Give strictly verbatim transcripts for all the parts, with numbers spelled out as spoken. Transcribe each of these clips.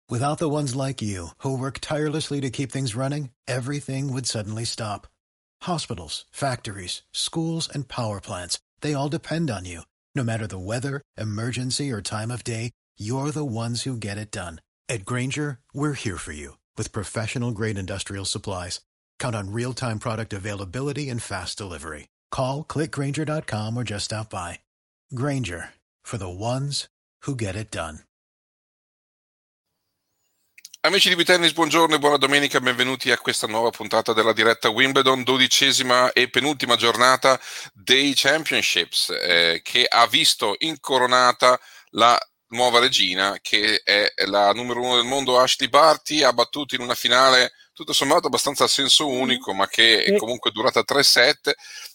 Without the ones like you, who work tirelessly to keep things running, everything would suddenly stop. Hospitals, factories, schools, and power plants, they all depend on you. No matter the weather, emergency, or time of day, you're the ones who get it done. At Grainger, we're here for you with professional-grade industrial supplies. Count on real-time product availability and fast delivery. Call, click grainger dot com or just stop by. Grainger, for the ones who get it done. Amici di Bitennis, buongiorno e buona domenica, benvenuti a questa nuova puntata della diretta Wimbledon, dodicesima e penultima giornata dei Championships, eh, che ha visto incoronata la nuova regina, che è la numero uno del mondo, Ashley Barty. Ha battuto in una finale tutto sommato abbastanza a senso unico, ma che è comunque durata tre set,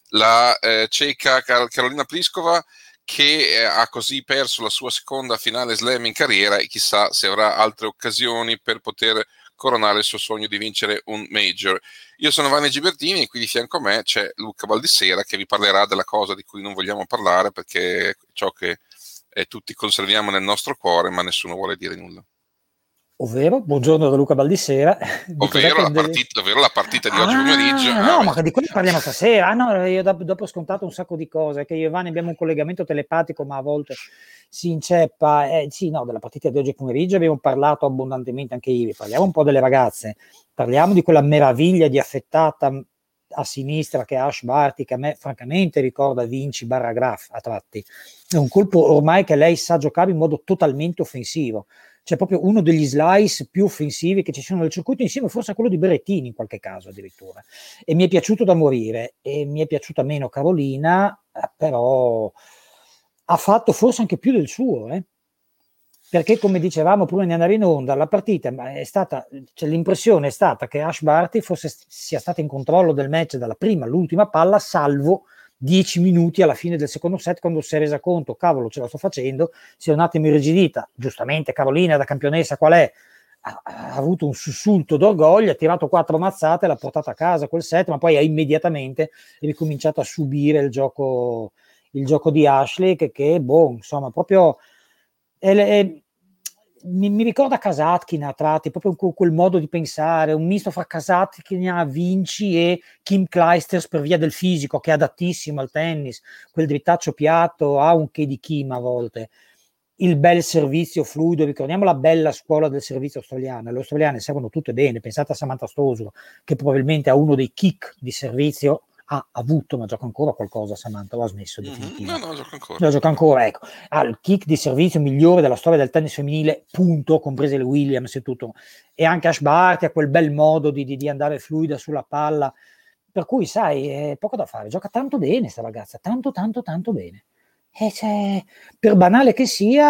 la eh, ceca Carolina Pliskova, che eh, ha così perso la sua seconda finale slam in carriera, e chissà se avrà altre occasioni per poter coronare il suo sogno di vincere un major. Io sono Vanni Gibertini e qui di fianco a me c'è Luca Baldissera, che vi parlerà della cosa di cui non vogliamo parlare, perché è ciò che eh, tutti conserviamo nel nostro cuore, ma nessuno vuole dire nulla. Ovvero, buongiorno da Luca Baldissera. Ovvero la, partita, ovvero la partita di ah, oggi pomeriggio. No, ah, ma di quello parliamo stasera. Ah, no, io dopo, dopo ho scontato un sacco di cose, che io e Vani abbiamo un collegamento telepatico, ma a volte si inceppa. Eh, sì, no, della partita di oggi pomeriggio abbiamo parlato abbondantemente anche ieri. Parliamo un po' delle ragazze, parliamo di quella meraviglia di affettata a sinistra che è Ash Barty, che a me francamente ricorda Vinci barra Graf a tratti. È un colpo ormai che lei sa giocare in modo totalmente offensivo. C'è proprio uno degli slice più offensivi che ci sono nel circuito, insieme forse a quello di Berrettini in qualche caso addirittura, e mi è piaciuto da morire. E mi è piaciuta meno Carolina, però ha fatto forse anche più del suo, eh? Perché come dicevamo prima di andare in onda, la partita è stata, cioè l'impressione è stata che Ash Barty fosse, sia stata in controllo del match dalla prima all'ultima palla, salvo dieci minuti alla fine del secondo set, quando si è resa conto, cavolo, ce la sto facendo, si è un attimo irrigidita. Giustamente Carolina, da campionessa qual è, ha, ha avuto un sussulto d'orgoglio, ha tirato quattro mazzate, l'ha portata a casa quel set, ma poi ha immediatamente ricominciato a subire il gioco, il gioco di Ashley, che, che boh, insomma, proprio è, è, mi, mi ricorda Kasatkina a tratti, proprio quel modo di pensare, un misto fra Kasatkina, Vinci e Kim Clijsters per via del fisico, che è adattissimo al tennis, quel drittaccio piatto, ha un che di Kim a volte, il bel servizio fluido. Ricordiamo la bella scuola del servizio australiano, le australiane servono tutte bene. Pensate a Samantha Stosur, che probabilmente ha uno dei kick di servizio, ha avuto, ma gioca ancora qualcosa Samantha, o ha smesso definitivamente? Mm-hmm. No, no, gioca ancora. No, gioca ancora, ecco. Ha il kick di servizio migliore della storia del tennis femminile, punto, comprese le Williams e tutto. E anche Ash Barty ha quel bel modo di, di, di andare fluida sulla palla, per cui sai, è poco da fare. Gioca tanto bene sta ragazza, tanto tanto tanto bene. E cioè, per banale che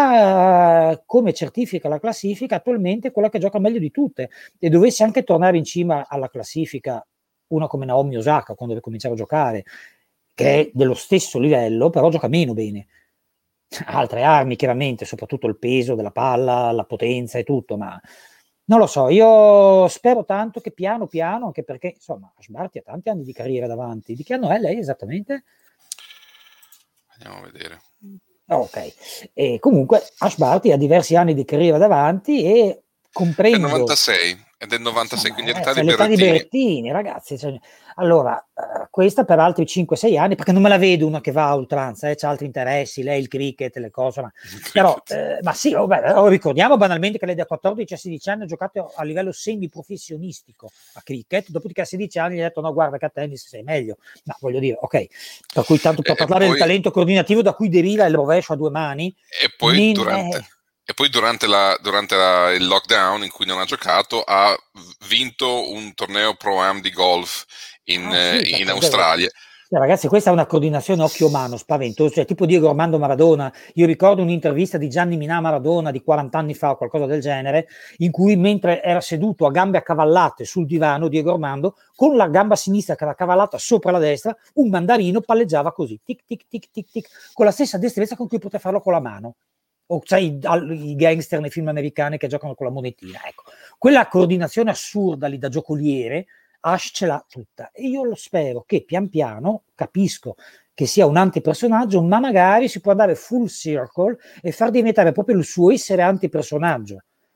sia, come certifica la classifica, attualmente è quella che gioca meglio di tutte. E dovesse anche tornare in cima alla classifica una come Naomi Osaka, quando deve cominciare a giocare, che è dello stesso livello, però gioca meno bene. Altre armi, chiaramente, soprattutto il peso della palla, la potenza e tutto, ma non lo so, io spero tanto che piano piano, anche perché, insomma, Ash Barty ha tanti anni di carriera davanti. Di che anno è lei esattamente? Andiamo a vedere. Ok, e comunque Ash Barty ha diversi anni di carriera davanti e comprendo... È novantasei, è del novantasei, Insomma, quindi eh, l'età cioè, di l'età Berrettini. di Berrettini, ragazzi. Cioè, allora, eh, questa per altri cinque sei anni, perché non me la vedo una che va a oltranza, eh, c'ha altri interessi, lei il cricket, le cose, ma, però, eh, ma sì, oh, beh, oh, ricordiamo banalmente che lei da quattordici a sedici anni ha giocato a livello semiprofessionistico a cricket, dopodiché a sedici anni gli ha detto no, guarda che a tennis sei meglio. No, voglio dire, ok, per cui tanto per E parlare poi, del talento coordinativo da cui deriva il rovescio a due mani, e poi min- durante... eh, E poi durante, la, durante la, il lockdown in cui non ha giocato ha vinto un torneo Pro-Am di golf in, ah, sì, in perché, Australia. Cioè, ragazzi, questa è una coordinazione occhio umano spaventosa, cioè tipo Diego Armando Maradona. Io ricordo un'intervista di Gianni Minà Maradona di quaranta anni fa o qualcosa del genere, in cui mentre era seduto a gambe accavallate sul divano Diego Armando, con la gamba sinistra che era accavallata sopra la destra, un mandarino palleggiava così, tic tic tic tic tic, con la stessa destrezza con cui poteva farlo con la mano. O sai, i, i gangster nei film americani che giocano con la monetina, ecco. Quella coordinazione assurda lì da giocoliere, Ash ce l'ha tutta, e io lo spero che pian piano, capisco che sia un antipersonaggio, ma magari si può andare full circle e far diventare proprio il suo essere antipersonaggio,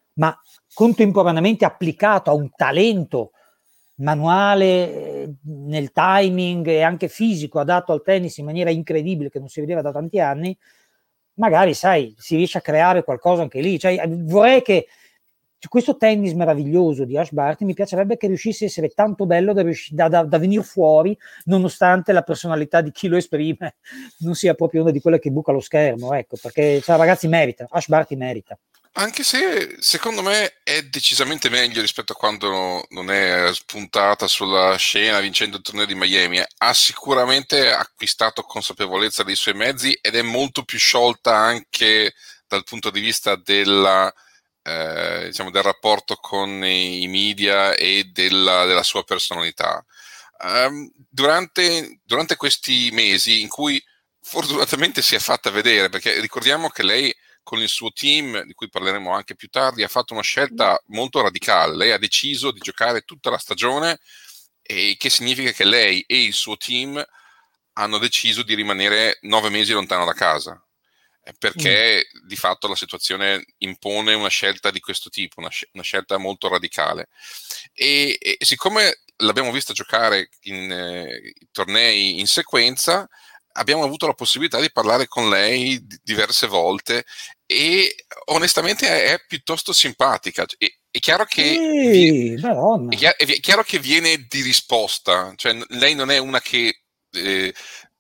ma contemporaneamente applicato a un talento manuale, eh, nel timing e anche fisico, adatto al tennis in maniera incredibile che non si vedeva da tanti anni, magari sai, si riesce a creare qualcosa anche lì. Cioè, vorrei che questo tennis meraviglioso di Ash Barty, mi piacerebbe che riuscisse a essere tanto bello da, riusci- da, da, da venire fuori, nonostante la personalità di chi lo esprime non sia proprio una di quelle che buca lo schermo, ecco, perché cioè, ragazzi, merita, Ash Barty merita. Anche se secondo me è decisamente meglio rispetto a quando non è spuntata sulla scena vincendo il torneo di Miami. Ha sicuramente acquistato consapevolezza dei suoi mezzi ed è molto più sciolta anche dal punto di vista della, eh, diciamo, del rapporto con i media e della, della sua personalità. Um, durante, durante questi mesi in cui fortunatamente si è fatta vedere, perché ricordiamo che lei con il suo team, di cui parleremo anche più tardi, ha fatto una scelta molto radicale. Lei ha deciso di giocare tutta la stagione, e che significa che lei e il suo team hanno deciso di rimanere nove mesi lontano da casa, perché mm. di fatto la situazione impone una scelta di questo tipo, una, sc- una scelta molto radicale. E, e siccome l'abbiamo vista giocare in eh, tornei in sequenza, abbiamo avuto la possibilità di parlare con lei diverse volte e onestamente è, è piuttosto simpatica. È, è chiaro che Ehi, vi, è, chiaro, è chiaro che viene di risposta, cioè lei non è una che eh,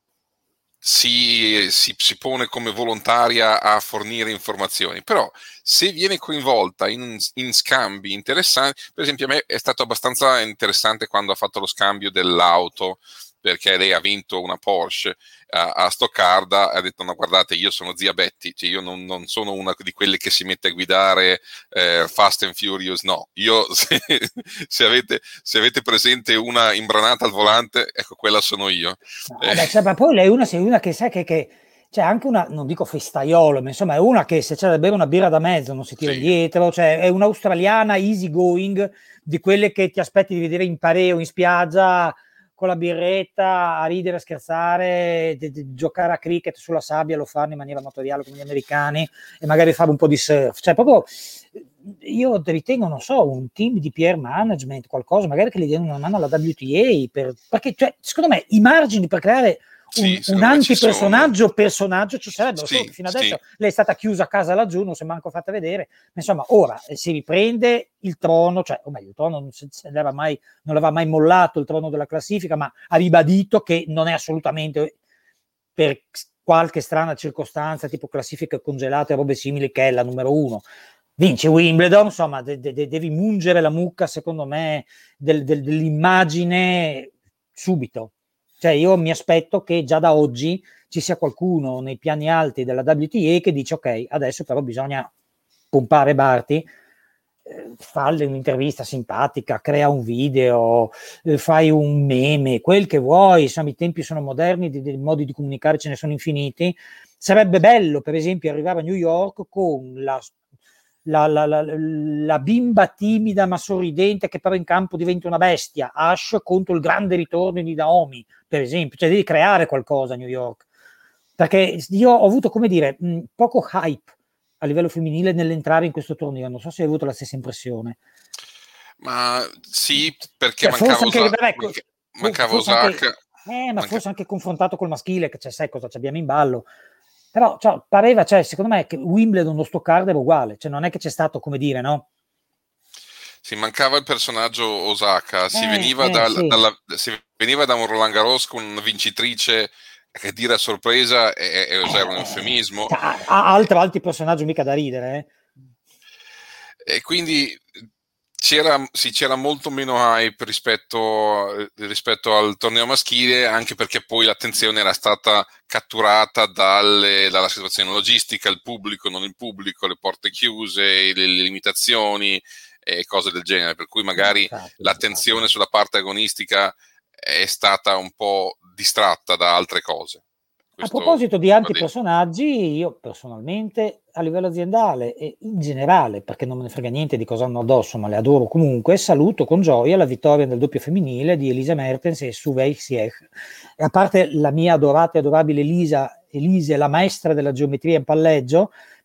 si, si, si pone come volontaria a fornire informazioni, però se viene coinvolta in, in scambi interessanti, per esempio a me è stato abbastanza interessante quando ha fatto lo scambio dell'auto, perché lei ha vinto una Porsche a, a Stoccarda, ha detto no guardate io sono zia Betty, cioè io non, non sono una di quelle che si mette a guidare eh, Fast and Furious, no, io se, se, avete, se avete presente una imbranata al volante, ecco quella sono io. Ah, beh, cioè, ma poi lei è una, sei una che sai che, che cioè anche una, non dico festaiolo, ma insomma è una che se c'è da bere una birra da mezzo non si tira sì. dietro, cioè è un'australiana easy going, di quelle che ti aspetti di vedere in pareo, in spiaggia, con la birretta, a ridere, a scherzare, di, di giocare a cricket sulla sabbia, lo fanno in maniera amatoriale come gli americani, e magari fare un po' di surf, cioè proprio io ritengo, non so, un team di P R management, qualcosa, magari che gli diano una mano alla W T A, per, perché cioè, secondo me i margini per creare un, sì, un antipersonaggio personaggio ci sarebbero, sì, solo che fino adesso sì. lei è stata chiusa a casa laggiù, non si è manco fatta vedere, insomma ora eh, si riprende il trono, cioè o meglio il trono non, si, l'aveva mai, non l'aveva mai mollato il trono della classifica, ma ha ribadito che non è assolutamente per qualche strana circostanza tipo classifiche congelate e robe simili che è la numero uno. Vince Wimbledon, insomma de- de- devi mungere la mucca secondo me del, del, dell'immagine subito. Cioè io mi aspetto che già da oggi ci sia qualcuno nei piani alti della W T A che dice ok, adesso però bisogna pompare Barty, eh, farle un'intervista simpatica, crea un video, eh, fai un meme, quel che vuoi, insomma i tempi sono moderni, i modi di comunicare ce ne sono infiniti. Sarebbe bello per esempio arrivare a New York con la La, la, la, la bimba timida ma sorridente che però in campo diventa una bestia, Ash contro il grande ritorno di Naomi per esempio, cioè devi creare qualcosa a New York, perché io ho avuto come dire mh, poco hype a livello femminile nell'entrare in questo torneo, non so se hai avuto la stessa impressione. Ma sì, perché cioè, mancava, anche, Osa- vabbè, mancava Osaka anche, eh, ma manca... forse anche confrontato col maschile, che cioè, sai cosa abbiamo in ballo. Però cioè, pareva, cioè, secondo me che Wimbledon, lo Stoccarda era uguale, cioè non è che c'è stato, come dire, no? Si mancava il personaggio Osaka, si, eh, veniva eh, da, sì. dalla, si veniva da un Roland Garros con una vincitrice che dire a sorpresa è, è usare un eufemismo. Ha, ha altri, altri personaggi mica da ridere. Eh? E quindi c'era, sì, c'era molto meno hype rispetto, rispetto al torneo maschile, anche perché poi l'attenzione era stata catturata dalle, dalla situazione logistica, il pubblico, non il pubblico, le porte chiuse, le, le limitazioni e cose del genere, per cui magari infatti, l'attenzione infatti. sulla parte agonistica è stata un po' distratta da altre cose. Questo a proposito di antipersonaggi, io personalmente a livello aziendale e in generale, perché non me ne frega niente di cosa hanno addosso, ma le adoro comunque, saluto con gioia la vittoria nel doppio femminile di Elisa Mertens e Suvej Siech. E a parte la mia adorata e adorabile Elisa, Elise, la maestra della geometria in palleggio,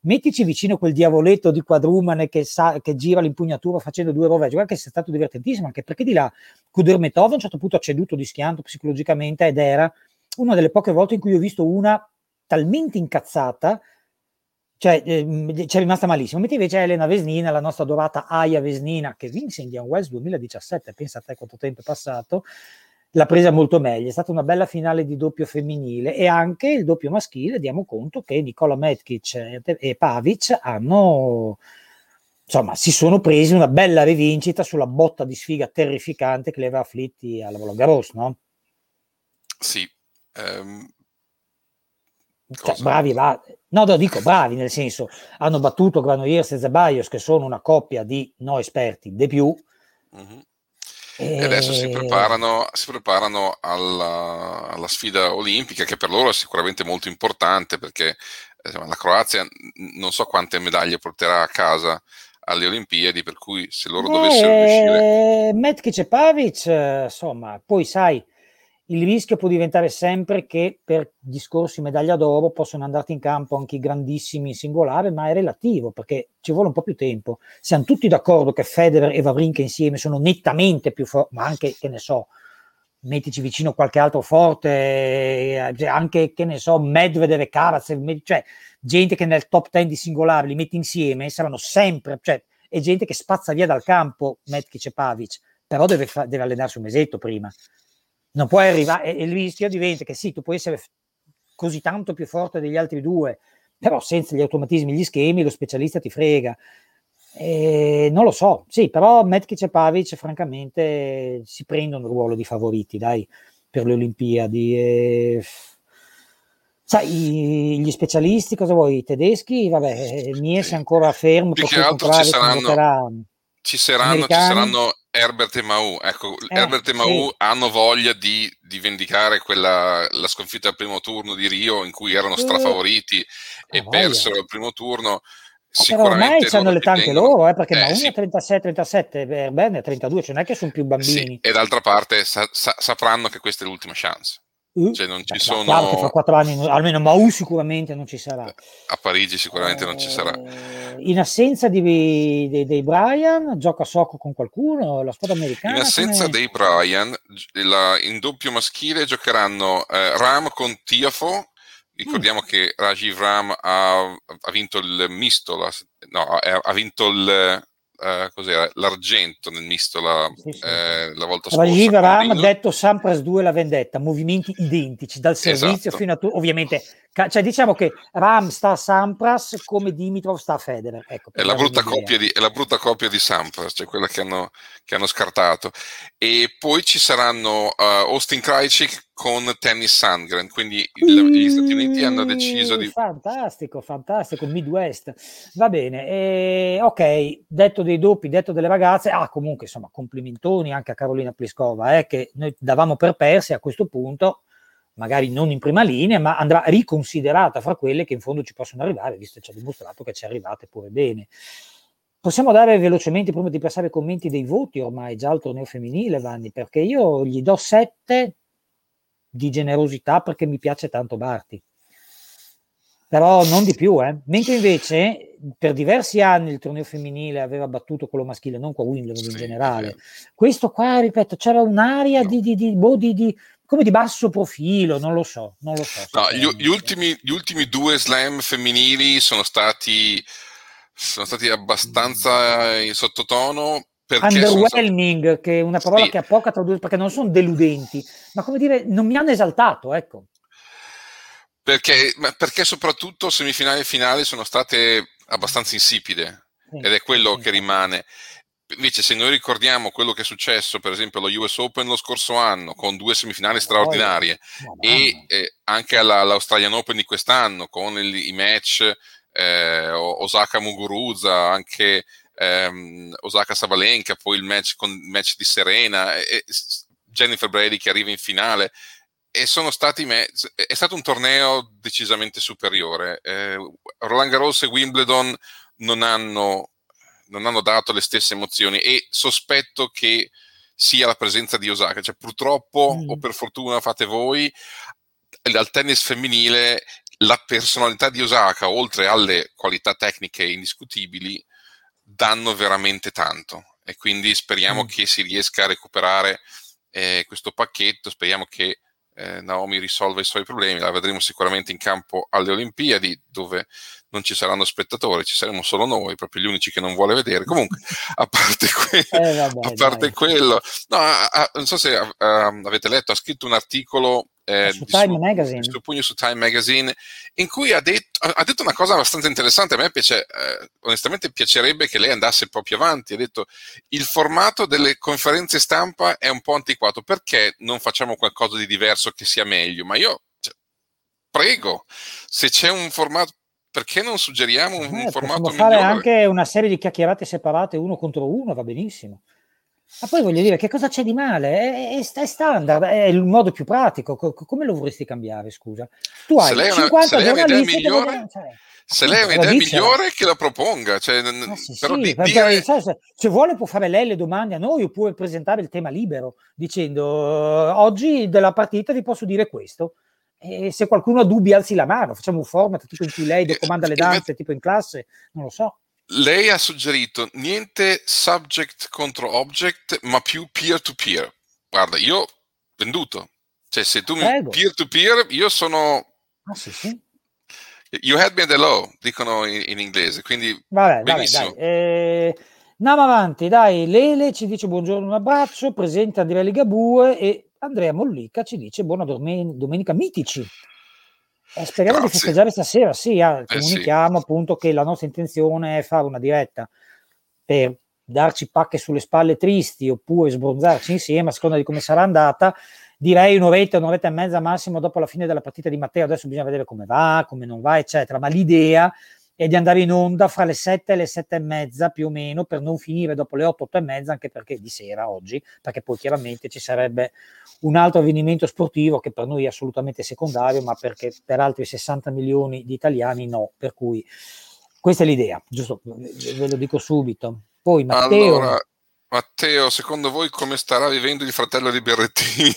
mettici vicino quel diavoletto di Quadrumane che, sa, che gira l'impugnatura facendo due rovesci, guarda che è stato divertentissimo, anche perché di là Kudermetov a un certo punto ha ceduto di schianto psicologicamente, ed era una delle poche volte in cui ho visto una talmente incazzata, cioè eh, c'è rimasta malissimo. Mentre invece Elena Vesnina, la nostra adorata Aya Vesnina, che vinse Indian Wells duemiladiciassette, pensa a te quanto tempo è passato, l'ha presa molto meglio. È stata una bella finale di doppio femminile, e anche il doppio maschile, diamo conto che Nicola Metkic e, e Pavic hanno, insomma, si sono presi una bella rivincita sulla botta di sfiga terrificante che li aveva afflitti alla Roland Garros, no? Sì. Um, cioè, bravi, va. No, no, dico bravi, nel senso, hanno battuto Granollers e Zeballos, che sono una coppia di no esperti de più. Mm-hmm. E... e adesso si preparano, si preparano alla, alla sfida olimpica, che per loro è sicuramente molto importante, perché insomma, la Croazia non so quante medaglie porterà a casa alle Olimpiadi, per cui se loro Beh, dovessero riuscire... Metkic e Pavic, insomma, poi sai, il rischio può diventare sempre che per discorsi medaglia d'oro possono andarti in campo anche i grandissimi singolari, ma è relativo, perché ci vuole un po' più tempo. Siamo tutti d'accordo che Federer e Wawrinka insieme sono nettamente più forti, ma anche, che ne so, mettici vicino qualche altro forte, anche, che ne so, Medvedev e Karatsev, cioè gente che nel top ten di singolari li metti insieme, saranno sempre, cioè è gente che spazza via dal campo Metkic e Pavic, però deve, fa- deve allenarsi un mesetto prima. Non puoi arrivare, e il rischio diventa che sì, tu puoi essere così tanto più forte degli altri due, però senza gli automatismi, gli schemi, lo specialista ti frega. E non lo so, sì, però Metkic e Pavic francamente si prendono il ruolo di favoriti, dai, per le Olimpiadi. E... sai, gli specialisti, cosa vuoi? I tedeschi? Vabbè, Mies è ancora fermo, più per che cui altro ci saranno, ci saranno, ci saranno Herbert e Mahou. Ecco, eh, Herbert e Mahou sì. hanno voglia di, di vendicare quella, la sconfitta al primo turno di Rio, in cui erano strafavoriti uh, e persero al primo turno. Però ormai hanno le tante tengono... loro, eh, perché eh, Mahou sì. ne ha trentasei trentasette, Herbert ne ha trentadue, cioè non è che sono più bambini. Sì, e d'altra parte sa, sa, sapranno che questa è l'ultima chance. Uh, cioè non ci beh, sono... Chiaro che fra quattro anni, almeno Mahou sicuramente non ci sarà. A Parigi sicuramente eh, non ci sarà. In assenza di, dei, dei Brian, gioca a socco con qualcuno, la squadra americana? In assenza come... dei Brian, la, in doppio maschile giocheranno eh, Ram con Tiafoe. Ricordiamo mm. che Rajiv Ram ha, ha vinto il misto, la, no, ha, ha vinto il... Uh, cos'era? L'argento nel misto la, sì, sì. Eh, la volta scorsa. Rajiv Ram ha detto Sampras due la vendetta, movimenti identici dal servizio esatto. fino a tu, ovviamente, cioè diciamo che Ram sta a Sampras come Dimitrov sta a Federer. Ecco, è, la brutta coppia di, è la brutta coppia di Sampras, cioè quella che hanno, che hanno scartato. E poi ci saranno uh, Austin Krajicek con Tennis Sandgren, quindi il, gli Stati Uniti hanno deciso di... Fantastico, fantastico, Midwest. Va bene, e, ok, detto dei doppi, detto delle ragazze, ah comunque insomma complimentoni anche a Carolina Pliskova, eh, che noi davamo per perse a questo punto, magari non in prima linea, ma andrà riconsiderata fra quelle che in fondo ci possono arrivare, visto che ci ha dimostrato che ci arrivate pure bene. Possiamo dare velocemente, prima di passare ai commenti, dei voti ormai già al torneo femminile, Vanni, perché io gli do sette di generosità perché mi piace tanto Barty, però non di più, eh. Mentre invece per diversi anni il torneo femminile aveva battuto quello maschile, non qua Wimbledon sì, in generale. Questo qua, ripeto, c'era un'aria no. di, di, di, di, di come di basso profilo, non lo so, non lo so. No, gli, gli, ultimi, gli ultimi due slam femminili sono stati sono stati abbastanza in sottotono. Underwhelming, stati... che è una parola sì. che ha poca traduzione, perché non sono deludenti, ma come dire, non mi hanno esaltato, ecco. Perché, perché soprattutto semifinali e finali sono state abbastanza insipide, sì, ed è quello sì, che sì. rimane. Invece se noi ricordiamo quello che è successo per esempio allo U S Open lo scorso anno con due semifinali straordinarie oh, e eh, anche alla, all'Australian Open di quest'anno con il, i match eh, Osaka Muguruza, anche ehm, Osaka Sabalenka, poi il match con il match di Serena e Jennifer Brady che arriva in finale, e sono stati me- è stato un torneo decisamente superiore. eh, Roland Garros e Wimbledon non hanno non hanno dato le stesse emozioni, e sospetto che sia la presenza di Osaka, cioè purtroppo mm. o per fortuna fate voi, al tennis femminile la personalità di Osaka, oltre alle qualità tecniche indiscutibili, danno veramente tanto, e quindi speriamo mm. che si riesca a recuperare eh, questo pacchetto. Speriamo che eh, Naomi risolva i suoi problemi. La vedremo sicuramente in campo alle Olimpiadi, dove non ci saranno spettatori, ci saremo solo noi, proprio gli unici che non vuole vedere. Comunque, a parte, que- eh, vabbè, a parte quello, no, a, a, non so se a, a, avete letto, ha scritto un articolo eh, su di, Time suo, Magazine. di suo pugno su Time Magazine, in cui ha detto, ha detto una cosa abbastanza interessante. A me piace, eh, onestamente piacerebbe che lei andasse proprio avanti. Ha detto: il formato delle conferenze stampa è un po' antiquato, perché non facciamo qualcosa di diverso che sia meglio? Ma io, cioè, prego, se c'è un formato, perché non suggeriamo un, eh, un formato possiamo fare migliore? anche una serie di chiacchierate separate uno contro uno, va benissimo. Ma poi voglio dire, che cosa c'è di male? È, è, è standard, è il modo più pratico. Co- come lo vorresti cambiare, scusa? Tu Se hai lei, una, cinquanta se lei ha un'idea giornalisti che migliore, vogliono... Cioè, se appunto, lei ha un'idea dicela. migliore, che la proponga. Cioè, Ah, sì, però sì, di, per, dire... per, se, se vuole può fare lei le domande a noi, oppure presentare il tema libero, dicendo uh, oggi della partita vi posso dire questo. E se qualcuno ha dubbi alzi la mano, facciamo un format tipo in cui lei docomanda le danze, tipo in classe, non lo so. Lei ha suggerito niente subject contro object, ma più peer to peer. Guarda, io venduto. Cioè, se tu mi peer to peer, io sono... Ah, sì, sì. You had me at hello, dicono in, in inglese, quindi vabbè, benissimo. Vabbè, dai. Eh, andiamo avanti, dai. Lele ci dice buongiorno, un abbraccio, presenta Andrea Ligabue, e Andrea Mollica ci dice buona domen- domenica mitici. Eh, speriamo Grazie. di festeggiare stasera, sì, ah, eh, comunichiamo sì. appunto che la nostra intenzione è fare una diretta per darci pacche sulle spalle tristi, oppure sbronzarci insieme, a seconda di come sarà andata. Direi un'oretta, un'oretta e mezza massimo dopo la fine della partita di Matteo. Adesso bisogna vedere come va, come non va, eccetera, ma l'idea è di andare in onda fra le sette e le sette e mezza più o meno, per non finire dopo le otto, otto e mezza, anche perché di sera oggi, perché poi chiaramente ci sarebbe un altro avvenimento sportivo che per noi è assolutamente secondario, ma perché per altri sessanta milioni di italiani no, per cui questa è l'idea, giusto, ve lo dico subito. Poi Matteo... Allora, Matteo, secondo voi come starà vivendo il fratello di Berrettini?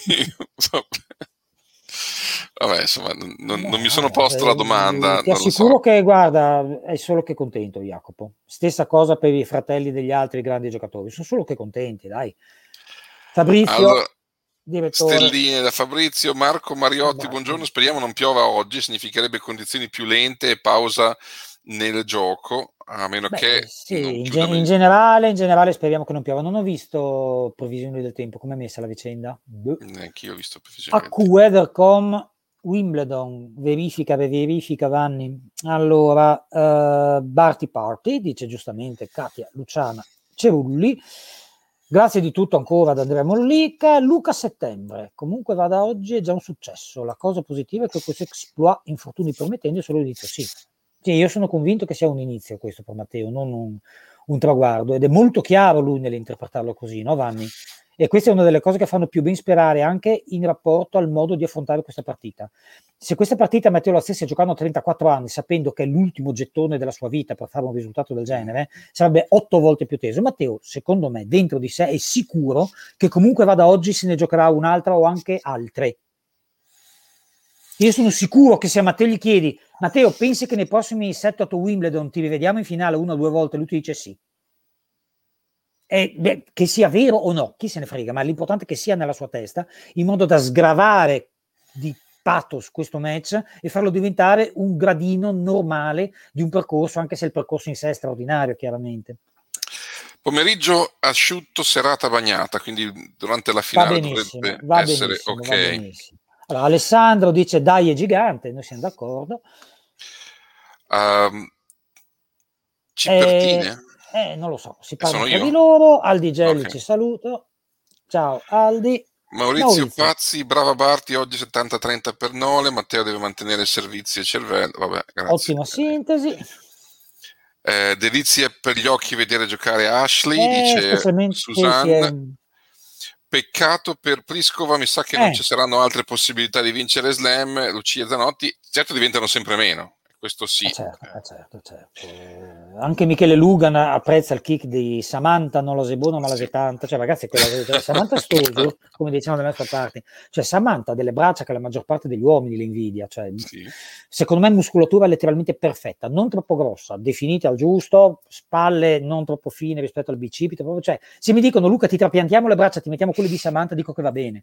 Vabbè, insomma, non, non, non mi sono posto la domanda. Ti non assicuro lo so. che, guarda, è solo che contento, Jacopo. Stessa cosa per i fratelli degli altri grandi giocatori, sono solo che contenti, dai. Fabrizio, allora, direttore. Stelline da Fabrizio. Marco Mariotti, Beh, buongiorno, speriamo non piova oggi, significherebbe condizioni più lente e pausa nel gioco, a meno Beh, che sì, non in, chiuda ge- in meglio. generale, in generale speriamo che non piova. Non ho visto previsioni del tempo, come è messa la vicenda? Neanche io ho visto previsioni A del Q tempo. Weather punto com, Wimbledon, verifica, verifica Vanni. Allora, uh, Barty Party, dice giustamente Katia Luciana Cerulli. Grazie di tutto ancora ad Andrea Mollica. Luca Settembre, comunque va da oggi, è già un successo. La cosa positiva è che questo exploit, infortuni promettendo, è solo l'inizio. Sì. sì, io sono convinto che sia un inizio questo per Matteo, non un, un traguardo, ed è molto chiaro lui nell'interpretarlo così, no Vanni? E questa è una delle cose che fanno più ben sperare anche in rapporto al modo di affrontare questa partita. Se questa partita Matteo la stesse giocando a trentaquattro anni, sapendo che è l'ultimo gettone della sua vita per fare un risultato del genere, sarebbe otto volte più teso. Matteo, secondo me, dentro di sé è sicuro che comunque vada oggi se ne giocherà un'altra o anche altre. Io sono sicuro che se a Matteo gli chiedi, Matteo, pensi che nei prossimi sette otto Wimbledon ti rivediamo in finale una o due volte? Lui ti dice sì. Eh, beh, che sia vero o no, chi se ne frega, ma l'importante è che sia nella sua testa, in modo da sgravare di pathos questo match e farlo diventare un gradino normale di un percorso, anche se il percorso in sé è straordinario, chiaramente. Pomeriggio asciutto, serata bagnata, quindi durante la Va finale benissimo, dovrebbe va essere benissimo, ok. va benissimo. Allora, Alessandro dice dai è gigante, noi siamo d'accordo. Um, Cipertine? Eh, eh, non lo so, si E parlano sono tra di io? loro. Aldi Gelli Ok. ci saluto. Ciao Aldi. Maurizio, Maurizio. Pazzi, brava Barti, oggi settanta trenta per Nole, Matteo deve mantenere il servizio e il cervello, vabbè, grazie. Ottima sintesi. Eh, delizie per gli occhi vedere giocare Ashley, Eh, dice specialmente Suzanne. è... Peccato per Pliskova, mi sa che eh. non ci saranno altre possibilità di vincere Slam. Lucia Zanotti, certo diventano sempre meno, questo sì. Eh certo, eh certo, certo. Anche Michele Lugan apprezza il kick di Samantha, non la sei buona ma la sei tanta, cioè ragazzi quella, Samantha Stoso, come diciamo dalle nostre parti, cioè Samantha ha delle braccia che la maggior parte degli uomini le invidia, cioè, sì. Secondo me muscolatura letteralmente perfetta, non troppo grossa, definita al giusto, spalle non troppo fine rispetto al bicipite, proprio, cioè, se mi dicono Luca ti trapiantiamo le braccia, ti mettiamo quelle di Samantha, dico che va bene.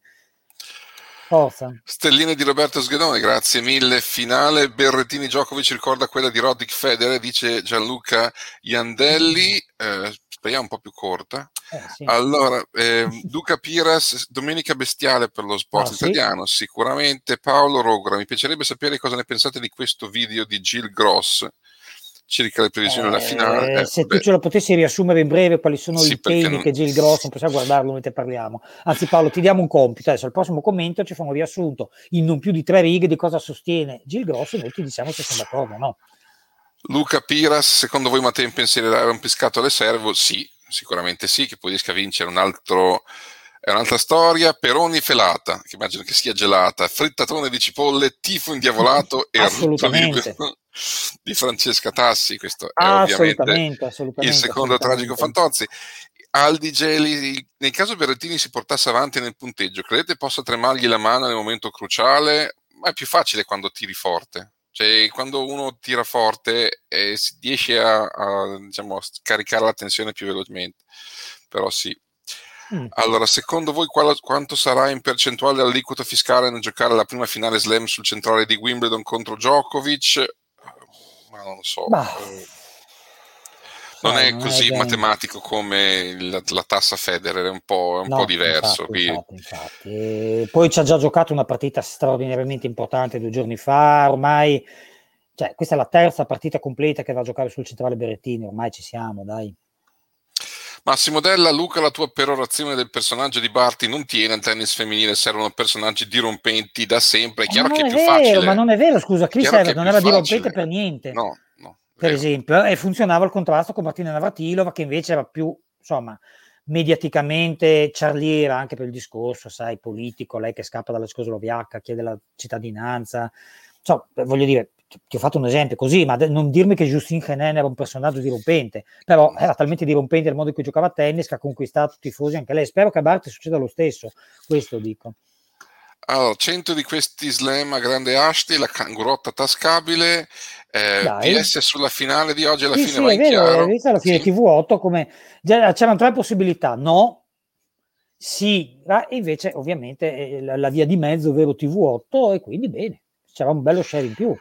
Forza. Stelline di Roberto Sghedone, grazie mille. Finale Berrettini Djokovic ricorda quella di Roddick Federer, dice Gianluca Iandelli, eh, speriamo un po' più corta. Eh, sì. Allora, eh, Duca Piras, domenica bestiale per lo sport Ah, italiano, sì? Sicuramente. Paolo Rogora, mi piacerebbe sapere cosa ne pensate di questo video di Gil Gross circa le previsioni della Eh, finale. Eh, se beh, tu ce lo potessi riassumere in breve quali sono sì, i temi non... che Gil Gross, non possiamo guardarlo mentre parliamo. Anzi Paolo, ti diamo un compito, adesso al prossimo commento ci fa un riassunto in non più di tre righe di cosa sostiene Gil Gross e noi ti diciamo se siamo d'accordo o no. Luca Piras, secondo voi Matteo Pensieri era un pescato alle servo? Sì, sicuramente sì, che poi riesca a vincere un altro... È un'altra storia. Peroni felata, che immagino che sia gelata, frittatone di cipolle, tifo indiavolato e rutto Assolutamente. libero di Francesca Tassi. Questo è Assolutamente, ovviamente assolutamente, il secondo assolutamente. tragico Fantozzi. Aldi Geli, nel caso Berrettini si portasse avanti nel punteggio, credete possa tremargli la mano nel momento cruciale? Ma è più facile quando tiri forte. Cioè, quando uno tira forte eh, si riesce a, a diciamo, scaricare la tensione più velocemente. Però sì. Mm. Allora, secondo voi qual- quanto sarà in percentuale l'aliquota fiscale nel giocare la prima finale slam sul centrale di Wimbledon contro Djokovic? Ma non lo so. Bah, Eh, non sai, è non è così che... matematico come la, la tassa Federer, è un po', è un po' No, diverso. infatti, Qui. infatti, infatti. E poi ci ha già giocato una partita straordinariamente importante due giorni fa, ormai, cioè, questa è la terza partita completa che va a giocare sul centrale Berrettini, ormai ci siamo, dai. Massimo Della, Luca, la tua perorazione del personaggio di Barty non tiene al tennis femminile, servono personaggi dirompenti da sempre. È Eh, ma chiaro che non è è più vero, ma facile. non è vero, scusa, È Chris chiaro che Evert è non più era dirompente facile. per niente, No, no, per vero. esempio, e funzionava il contrasto con Martina Navratilova, che invece era più, insomma, mediaticamente ciarliera, anche per il discorso, sai, politico, lei che scappa dalla cecosloviacca, chiede la cittadinanza, so, voglio dire, ti, ti ho fatto un esempio così, ma de- non dirmi che Justine Henin era un personaggio dirompente, però era talmente dirompente il modo in cui giocava a tennis che ha conquistato tifosi anche lei. Spero che a Barty succeda lo stesso, questo dico. Allora, cento di questi slam a grande haste, la cangurotta tascabile, eh, Dai. V S sulla finale di oggi alla Sì, fine sì, va è in vero, hai chiaro. visto alla fine Sì. T V otto come già c'erano tre possibilità, no, sì, ah, e invece ovviamente eh, la, la via di mezzo, ovvero T V otto, e quindi bene, c'era un bello share in più.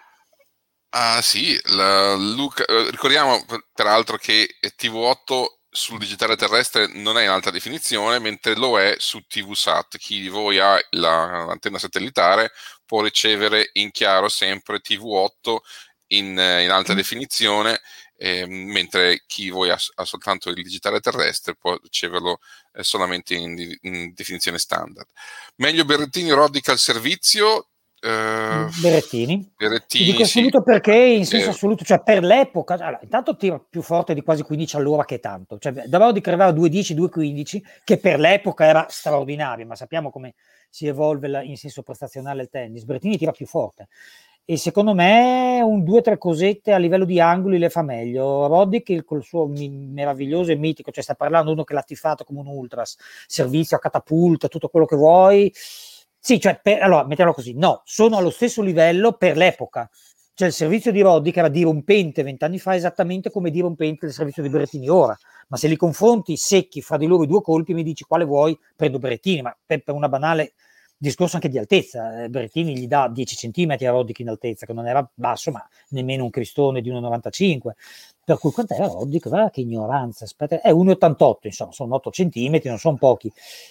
Ah sì, la, Luca, eh, ricordiamo per- peraltro che T V otto sul digitale terrestre non è in alta definizione, mentre lo è su TVSat. Chi di voi ha la, l'antenna satellitare può ricevere in chiaro sempre T V otto in, in alta Mm. definizione, eh, mentre chi di voi ha, ha soltanto il digitale terrestre può riceverlo eh, solamente in, in definizione standard. Meglio Berrettini Roddick al servizio? Eh, Berrettini. Ti Berrettini, dico sì. subito perché in senso Eh, assoluto, cioè per l'epoca, allora, intanto tira più forte di quasi quindici all'ora, che è tanto, cioè davvero di arrivare a due dieci, due quindici, che per l'epoca era straordinario, ma sappiamo come si evolve la, in senso prestazionale il tennis. Berrettini tira più forte e secondo me un due o tre cosette a livello di angoli le fa meglio. Roddick col suo mi, meraviglioso e mitico, cioè sta parlando uno che l'ha tifato come un ultras, servizio a catapulta, tutto quello che vuoi. Sì, cioè, per, allora, mettiamolo così, no, sono allo stesso livello per l'epoca. Cioè il servizio di Roddick era dirompente vent'anni fa esattamente come dirompente il servizio di Berrettini ora, ma se li confronti secchi fra di loro i due colpi mi dici quale vuoi, prendo Berrettini, ma per, per una banale discorso anche di altezza, eh, Berrettini gli dà dieci centimetri a Roddick in altezza, che non era basso, ma nemmeno un cristone di uno virgola novantacinque, per cui quant'era Roddick? Guarda che ignoranza, aspetta, è uno virgola ottantotto, insomma, sono otto centimetri, non sono pochi.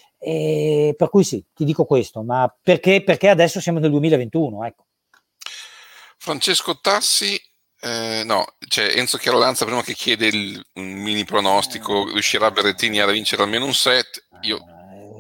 E per cui sì, ti dico questo, ma perché, perché adesso siamo nel duemilaventuno, ecco. Francesco Tassi, eh, no, c'è Enzo Chiarolanza prima che chiede il, un mini pronostico, riuscirà Berrettini a vincere almeno un set? Io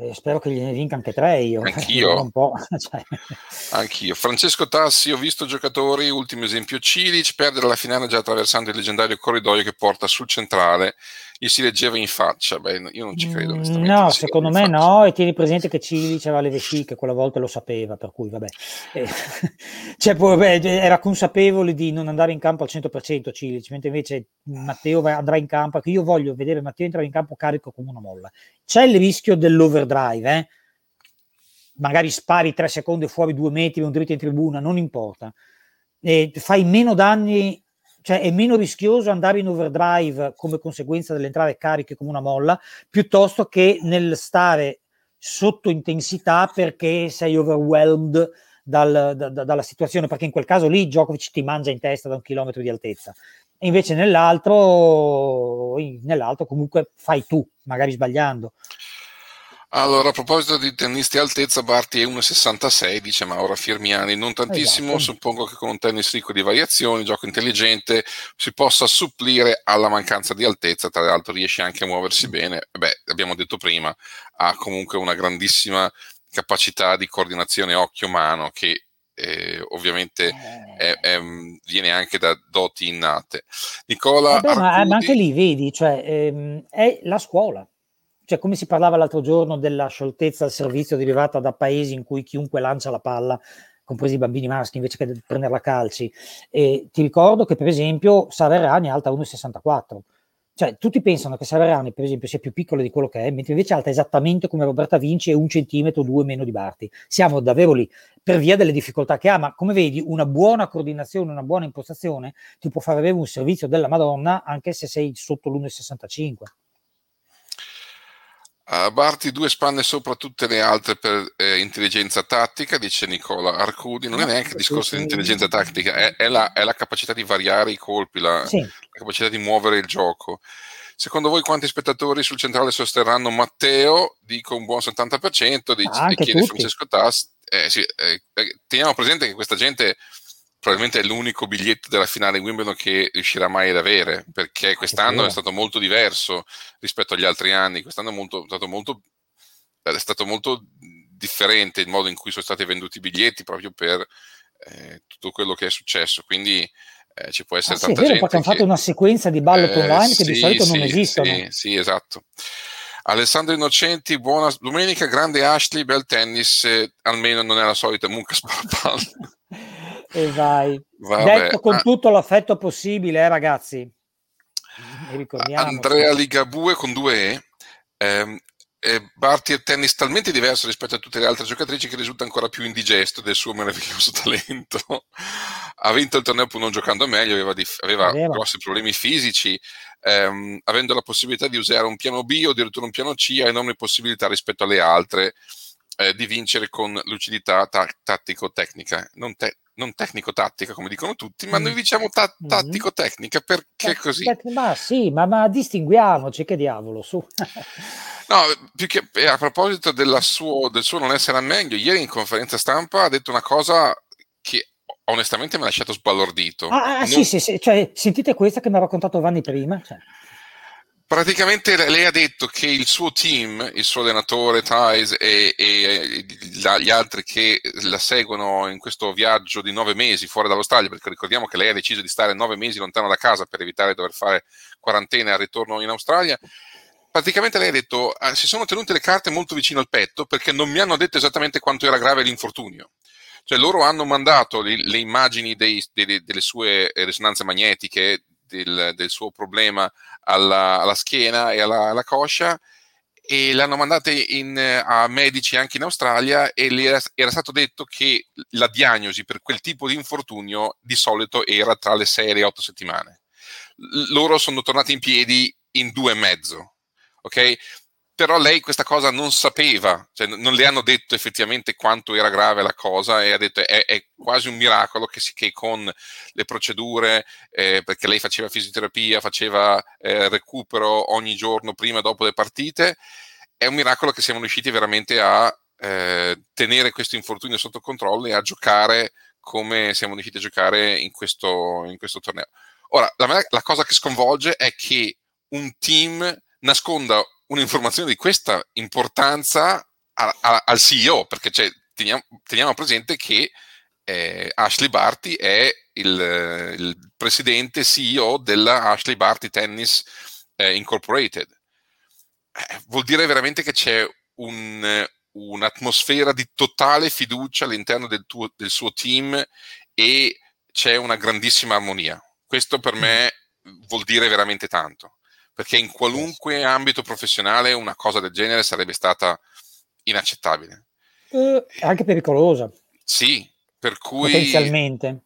eh, spero che gliene vinca anche tre io. Anch'io. Un po', cioè. Anch'io. Francesco Tassi, ho visto giocatori, ultimo esempio Cilic, perdere la finale già attraversando il leggendario corridoio che porta sul centrale, gli si leggeva in faccia. Beh, io non ci credo onestamente. No, secondo me no, e tieni presente che Cilic aveva le vesciche, quella volta lo sapeva, per cui vabbè. Eh, cioè, poi, vabbè, era consapevole di non andare in campo al cento per cento Cilic, mentre invece Matteo andrà in campo, che io voglio vedere Matteo entrare in campo carico come una molla. C'è il rischio dell'overdrive, eh? Magari spari tre secondi fuori due metri, un dritto in tribuna, non importa. E fai meno danni, cioè è meno rischioso andare in overdrive come conseguenza dell'entrare cariche come una molla, piuttosto che nel stare sotto intensità perché sei overwhelmed dal, da, da, dalla situazione, perché in quel caso lì Djokovic ti mangia in testa da un chilometro di altezza. E invece nell'altro, nell'altro comunque fai tu, magari sbagliando. Allora, a proposito di tennisti altezza, Barti è uno virgola sessantasei, dice Maura Firmiani, non tantissimo, esatto. Suppongo che con un tennis ricco di variazioni, gioco intelligente, si possa supplire alla mancanza di altezza, tra l'altro riesce anche a muoversi bene. Beh, abbiamo detto prima, ha comunque una grandissima capacità di coordinazione occhio-mano che eh, ovviamente è, è, viene anche da doti innate. Nicola Vabbè, ma, ma anche lì, vedi, cioè, ehm, è la scuola. Cioè, come si parlava l'altro giorno della scioltezza al servizio derivata da paesi in cui chiunque lancia la palla, compresi i bambini maschi, invece che prenderla a calci. E ti ricordo che, per esempio, Saverani è alta uno virgola sessantaquattro. Cioè, tutti pensano che Saverani, per esempio, sia più piccolo di quello che è, mentre invece è alta esattamente come Roberta Vinci e un centimetro o due meno di Barty. Siamo davvero lì, per via delle difficoltà che ha, ma come vedi, una buona coordinazione, una buona impostazione ti può far avere un servizio della Madonna anche se sei sotto l'uno virgola sessantacinque. Uh, Barti due spanne sopra tutte le altre per eh, intelligenza tattica, dice Nicola Arcudi. Non no, è neanche il discorso sì, di intelligenza tattica, è, è, la, è la capacità di variare i colpi, la, sì. la capacità di muovere il gioco. Secondo voi quanti spettatori sul centrale sosterranno Matteo? Dico un buon settanta per cento, dice, ah, chiede tutti. Francesco Tass. Eh, sì, eh, teniamo presente che questa gente probabilmente è l'unico biglietto della finale Wimbledon che riuscirà mai ad avere, perché quest'anno è stato molto diverso rispetto agli altri anni. Quest'anno è, molto, è, stato molto, è stato molto differente il modo in cui sono stati venduti i biglietti, proprio per eh, tutto quello che è successo. Quindi eh, ci può essere ah, tanta sì, è vero, gente perché che, hanno fatto una sequenza di ballot eh, online che sì, di solito sì, non esistono. Sì, sì, esatto. Alessandro Innocenti, buona domenica, grande Ashley, bel tennis, eh, almeno non è la solita mucca sparpalla. E vai. Vabbè. Detto con ah. tutto l'affetto possibile, eh, ragazzi. Andrea Ligabue con due E. Ehm, eh, Barty è tennis talmente diverso rispetto a tutte le altre giocatrici che risulta ancora più indigesto del suo meraviglioso talento. Ha vinto il torneo pur non giocando meglio, aveva, dif- aveva grossi problemi fisici, ehm, avendo la possibilità di usare un piano B o addirittura un piano C, ha enormi possibilità rispetto alle altre eh, di vincere con lucidità ta- tattico-tecnica, non, te- non tecnico-tattica come dicono tutti, ma noi diciamo ta- tattico-tecnica perché così. Ma sì, ma, ma distinguiamoci, che diavolo, su. No, più che a proposito della suo, del suo non essere a meglio, ieri in conferenza stampa ha detto una cosa che onestamente mi ha lasciato sbalordito. Ah, ah non... sì, sì, sì, cioè, sentite questa che mi ha raccontato Vanni prima. Cioè. Praticamente lei ha detto che il suo team, il suo allenatore Thais e, e gli altri che la seguono in questo viaggio di nove mesi fuori dall'Australia, perché ricordiamo che lei ha deciso di stare nove mesi lontano da casa per evitare di dover fare quarantena al ritorno in Australia. Praticamente lei ha detto eh, si sono tenute le carte molto vicino al petto perché non mi hanno detto esattamente quanto era grave l'infortunio. Cioè loro hanno mandato le, le immagini dei, delle, delle sue risonanze magnetiche, del, del suo problema alla, alla schiena e alla, alla coscia, e le hanno mandate in, a medici anche in Australia, e le era, era stato detto che la diagnosi per quel tipo di infortunio di solito era tra le sei e le otto settimane. L- loro sono tornati in piedi in due e mezzo, ok? Però lei questa cosa non sapeva, cioè non le hanno detto effettivamente quanto era grave la cosa, e ha detto è, è quasi un miracolo che, si, che con le procedure, eh, perché lei faceva fisioterapia, faceva eh, recupero ogni giorno prima e dopo le partite, è un miracolo che siamo riusciti veramente a eh, tenere questo infortunio sotto controllo e a giocare come siamo riusciti a giocare in questo, in questo torneo. Ora, la, la cosa che sconvolge è che un team nasconda un'informazione di questa importanza a, a, al C E O, perché cioè, teniamo, teniamo presente che eh, Ashley Barty è il, il presidente C E O della Ashley Barty Tennis eh, Incorporated. Eh, vuol dire veramente che c'è un, un'atmosfera di totale fiducia all'interno del, tuo, del suo team e c'è una grandissima armonia. Questo per me vuol dire veramente tanto, perché in qualunque yes. ambito professionale una cosa del genere sarebbe stata inaccettabile. Eh, anche pericolosa. Sì, per cui... Potenzialmente.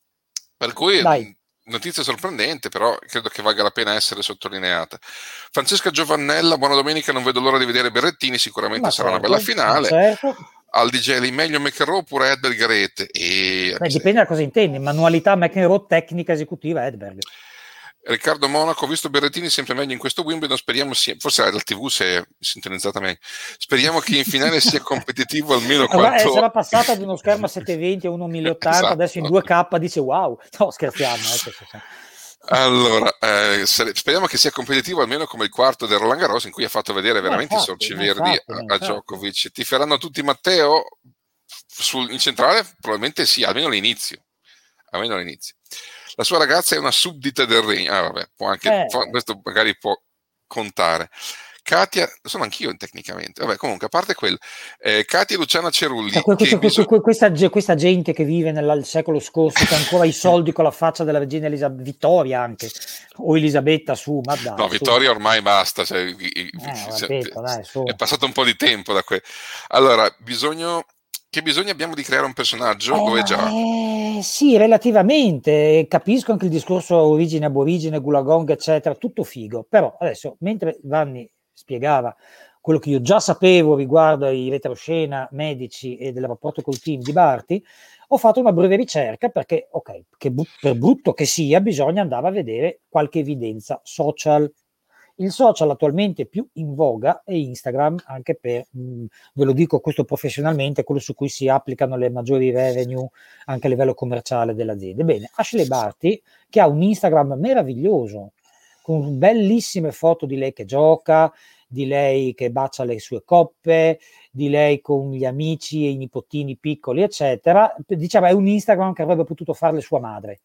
Per cui... Dai. Notizia sorprendente, però credo che valga la pena essere sottolineata. Francesca Giovannella, buona domenica, non vedo l'ora di vedere Berrettini, sicuramente ma sarà certo, una bella finale. Certo. Al D J meglio McEnroe oppure Edberg Garrett? E... Beh, dipende da cosa intendi, manualità McEnroe, tecnica esecutiva Edberg. Riccardo Monaco, visto Berrettini sempre meglio in questo Wimbledon, speriamo sia, forse la tivù si è sintonizzata meglio, speriamo che in finale sia competitivo almeno allora, quanto... sarà passata da uno schermo a settecentoventi a uno mille ottanta, esatto. Adesso in due K dice wow, no scherziamo. Eh, allora, eh, speriamo che sia competitivo almeno come il quarto del Roland Garros in cui ha fatto vedere veramente i sorci verdi a, a Djokovic. Ti faranno tutti Matteo sul, in centrale? Probabilmente sì, almeno all'inizio. Almeno all'inizio. La sua ragazza è una suddita del regno. Ah, vabbè, può anche, eh. può, questo magari può contare. Katia, sono anch'io tecnicamente. Vabbè, comunque, a parte quello, eh, Katia Luciana Cerulli. Cioè, questa, bisog- questa, questa gente che vive nel secolo scorso, che ha ancora i soldi con la faccia della regina Elisabetta, Vittoria anche, o Elisabetta su, ma dai. No, su. Vittoria ormai basta. Cioè, eh, detto, dai, è passato un po' di tempo da que. Allora, bisogno. Che bisogno abbiamo di creare un personaggio? Eh, Lo è già? Eh, sì, relativamente. Capisco anche il discorso origine, aborigine, Gulagong, eccetera, tutto figo. Però adesso, mentre Vanni spiegava quello che io già sapevo riguardo ai retroscena medici e del rapporto col team di Barty, ho fatto una breve ricerca perché, ok, che bu- per brutto che sia, bisogna andare a vedere qualche evidenza social. Il social attualmente più in voga è Instagram, anche per, mh, ve lo dico questo professionalmente, quello su cui si applicano le maggiori revenue anche a livello commerciale dell'azienda. Bene, Ashley Barty, che ha un Instagram meraviglioso, con bellissime foto di lei che gioca, di lei che bacia le sue coppe, di lei con gli amici e i nipotini piccoli, eccetera. Diciamo, è un Instagram che avrebbe potuto farle sua madre,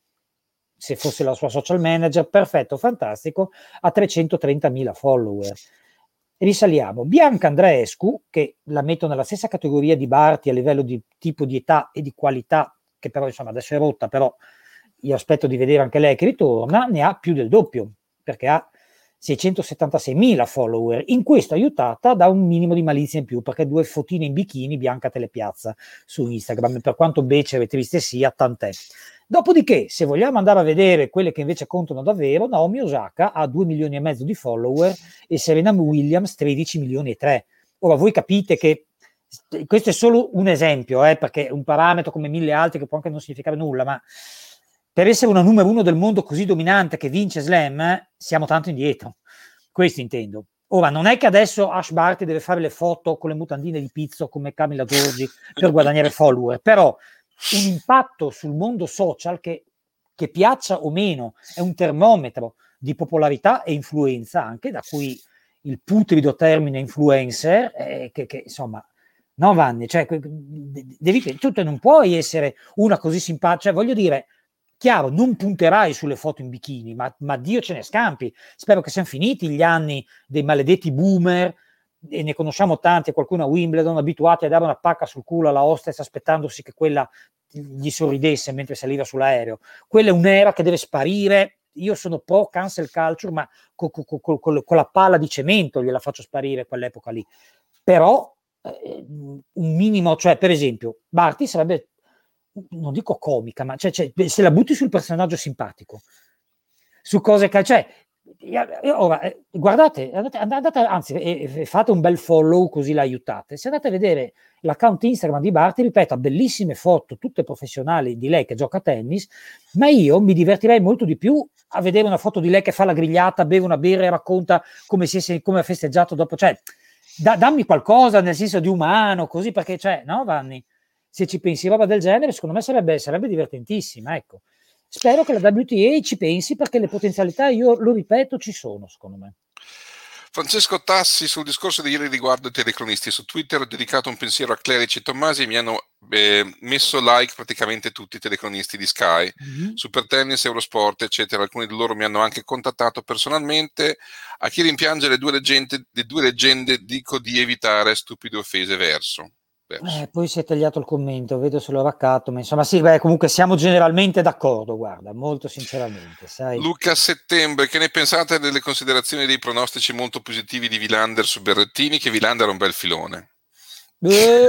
se fosse la sua social manager, perfetto, fantastico, ha trecentotrentamila follower. Risaliamo. Bianca Andreescu, che la metto nella stessa categoria di Barty a livello di tipo di età e di qualità, che però insomma adesso è rotta, però io aspetto di vedere anche lei che ritorna, ne ha più del doppio, perché ha seicentosettantaseimila follower, in questo aiutata da un minimo di malizia in più, perché due fotine in bikini Bianca te le piazza su Instagram, per quanto becere e triste sia, tant'è. Dopodiché, se vogliamo andare a vedere quelle che invece contano davvero, Naomi Osaka ha due milioni e mezzo di follower e Serena Williams tredici milioni e tre. Ora voi capite che questo è solo un esempio, eh, perché è un parametro come mille altri che può anche non significare nulla, ma per essere una numero uno del mondo così dominante che vince Slam, eh, siamo tanto indietro. Questo intendo. Ora, non è che adesso Ash Barty deve fare le foto con le mutandine di pizzo come Camilla Giorgi per guadagnare follower, però un impatto sul mondo social che, che piaccia o meno è un termometro di popolarità e influenza anche, da cui il putrido termine influencer, eh, che, che insomma, no Vanni, cioè, devi, tu non puoi essere una così simpatica, cioè voglio dire, chiaro, non punterai sulle foto in bikini, ma, ma Dio ce ne scampi, spero che siano finiti gli anni dei maledetti boomer, e ne conosciamo tanti, qualcuno a Wimbledon, abituati a dare una pacca sul culo alla hostess aspettandosi che quella gli sorridesse mentre saliva sull'aereo. Quella è un'era che deve sparire. Io sono pro cancel culture, ma con, con, con, con la palla di cemento gliela faccio sparire quell'epoca lì. Però eh, un minimo, cioè per esempio Barty sarebbe, non dico comica, ma cioè, cioè, se la butti sul personaggio simpatico, su cose che, cioè, ora, guardate, andate, andate anzi, e, fate un bel follow così la aiutate. Se andate a vedere l'account Instagram di Barty, ripeto, ha bellissime foto, tutte professionali di lei che gioca a tennis, ma io mi divertirei molto di più a vedere una foto di lei che fa la grigliata, beve una birra e racconta come si è, come ha festeggiato dopo, cioè, da, dammi qualcosa nel senso di umano, così, perché, cioè, no, Vanni? Se ci pensi roba del genere, secondo me sarebbe, sarebbe divertentissima, ecco. Spero che la W T A ci pensi, perché le potenzialità, io lo ripeto, ci sono, secondo me. Francesco Tassi sul discorso di ieri riguardo i telecronisti. Su Twitter ho dedicato un pensiero a Clerici e Tommasi e mi hanno eh, messo like praticamente tutti i telecronisti di Sky, mm-hmm. Super Tennis, Eurosport, eccetera. Alcuni di loro mi hanno anche contattato personalmente. A chi rimpiange le due leggende, le due leggende dico di evitare stupide offese verso. Eh, poi si è tagliato il commento, vedo se l'ho raccato, ma insomma sì, beh, comunque siamo generalmente d'accordo, guarda, molto sinceramente, sai. Luca Settembre, che ne pensate delle considerazioni dei pronostici molto positivi di Vilander su Berrettini? Che Vilander è un bel filone. Eh.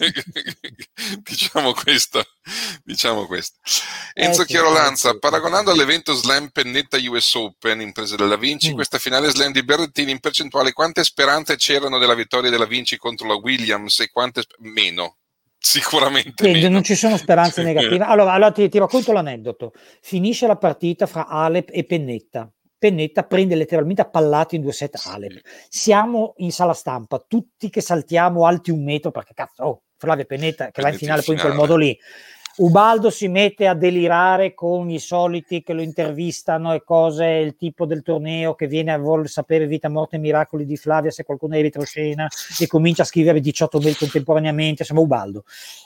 diciamo questo diciamo questo Enzo eh, Chiarolanza, sì, paragonando sì. all'evento Slam Pennetta U S Open imprese dalla Vinci, mm. questa finale Slam di Berrettini, in percentuale quante speranze c'erano della vittoria della Vinci contro la Williams e quante sp- meno? Sicuramente Quindi meno. Non ci sono speranze negative. Allora, allora ti, ti racconto l'aneddoto. Finisce la partita fra Alep e Pennetta. Pennetta prende letteralmente a pallate in due set Alep. Siamo in sala stampa, tutti che saltiamo alti un metro, perché cazzo, oh, Flavio Pennetta che va in finale, poi in quel modo lì. Ubaldo si mette a delirare con i soliti che lo intervistano e cose, il tipo del torneo che viene a voler sapere vita, morte e miracoli di Flavia, se qualcuno è retroscena, e comincia a scrivere diciotto mail contemporaneamente, insomma Ubaldo.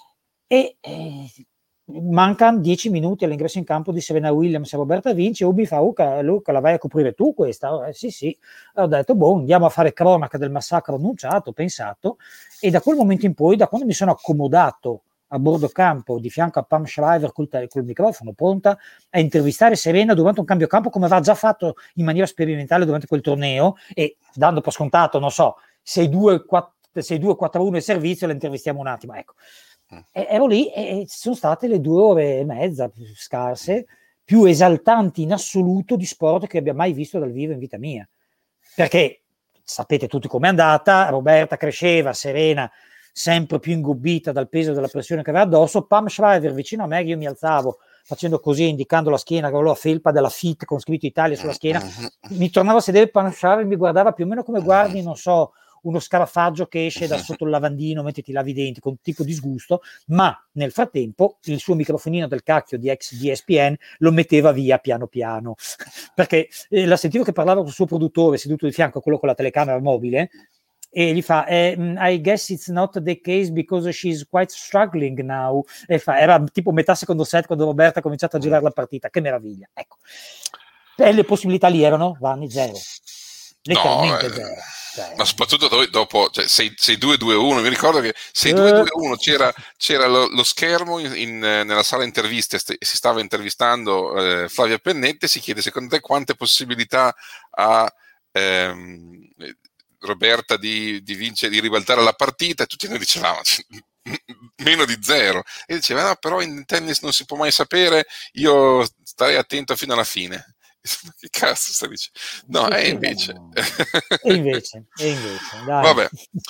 E eh, mancano dieci minuti all'ingresso in campo di Serena Williams e Roberta Vinci. Ubi fa: Luca, Luca, la vai a coprire tu questa? Eh, sì, sì. Ho detto, boh, andiamo a fare cronaca del massacro annunciato, pensato, e da quel momento in poi, da quando mi sono accomodato a bordo campo di fianco a Pam Shriver col, te- col microfono pronta a intervistare Serena durante un cambio campo, come aveva già fatto in maniera sperimentale durante quel torneo, e dando per scontato, non so, sei due quattro uno il servizio, la intervistiamo un attimo, ecco. E ero lì e sono state le due ore e mezza più scarse, più esaltanti in assoluto di sport che abbia mai visto dal vivo in vita mia, perché sapete tutti com'è andata. Roberta cresceva, Serena sempre più ingobbita dal peso della pressione che aveva addosso, Pam Shriver vicino a me, io mi alzavo facendo così, indicando la schiena, con la felpa della F I T con scritto Italia sulla schiena, mi tornavo a sedere, Pam Shriver mi guardava più o meno come guardi, non so, uno scarafaggio che esce da sotto il lavandino mentre ti lavi i denti, con tipo disgusto, ma nel frattempo il suo microfonino del cacchio di ex di E S P N lo metteva via piano piano, perché eh, la sentivo che parlava con il suo produttore seduto di fianco a quello con la telecamera mobile, e gli fa eh, I guess it's not the case because she's quite struggling now, e fa, era tipo metà secondo set quando Roberta ha cominciato a girare la partita. Che meraviglia, ecco. E le possibilità lì erano Vanni zero, letteralmente no, zero. Eh... Cioè, ma soprattutto dopo, cioè, sei due due uno, mi ricordo che sei due due uno c'era, c'era lo, lo schermo in, in, nella sala interviste, st- si stava intervistando eh, Flavia Pennetta, e si chiede: secondo te quante possibilità ha ehm, Roberta di, di vincere, di ribaltare la partita? E tutti noi dicevamo meno di zero, e diceva no, però in tennis non si può mai sapere, io starei attento fino alla fine. Che cazzo sta dicendo? No, è invece. E invece, e invece, dai. Vabbè.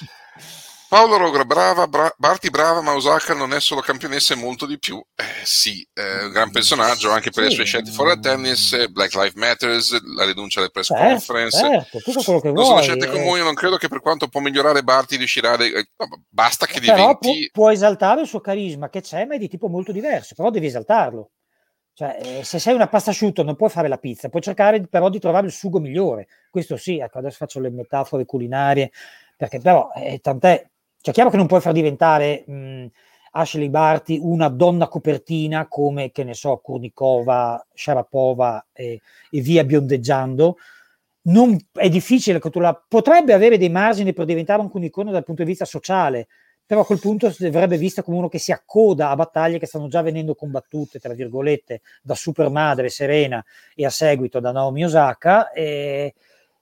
Paolo Rogra, brava, bra- Barty brava, ma Osaka non è solo campionessa, è molto di più. Eh, sì, è un gran personaggio anche per sì. le sue scelte fuori dal tennis, Black Lives Matters, la rinuncia alle press certo, conference. Certo, tutto quello che non vuoi. sono scelte comuni, non credo che per quanto può migliorare Barty riuscirà a... Eh, basta che però diventi... Può, può esaltare il suo carisma che c'è, ma è di tipo molto diverso, però devi esaltarlo. Cioè, se sei una pasta asciutta non puoi fare la pizza, puoi cercare però di trovare il sugo migliore. Questo sì, ecco, adesso faccio le metafore culinarie, perché però eh, tant'è, cioè chiaro che non puoi far diventare mh, Ashley Barty una donna copertina come, che ne so, Kurnikova, Sharapova e, e via biondeggiando. Non, è difficile che tu la... potrebbe avere dei margini per diventare anche un'icona dal punto di vista sociale, però a quel punto si verrebbe vista come uno che si accoda a battaglie che stanno già venendo combattute, tra virgolette, da supermadre Serena e a seguito da Naomi Osaka. E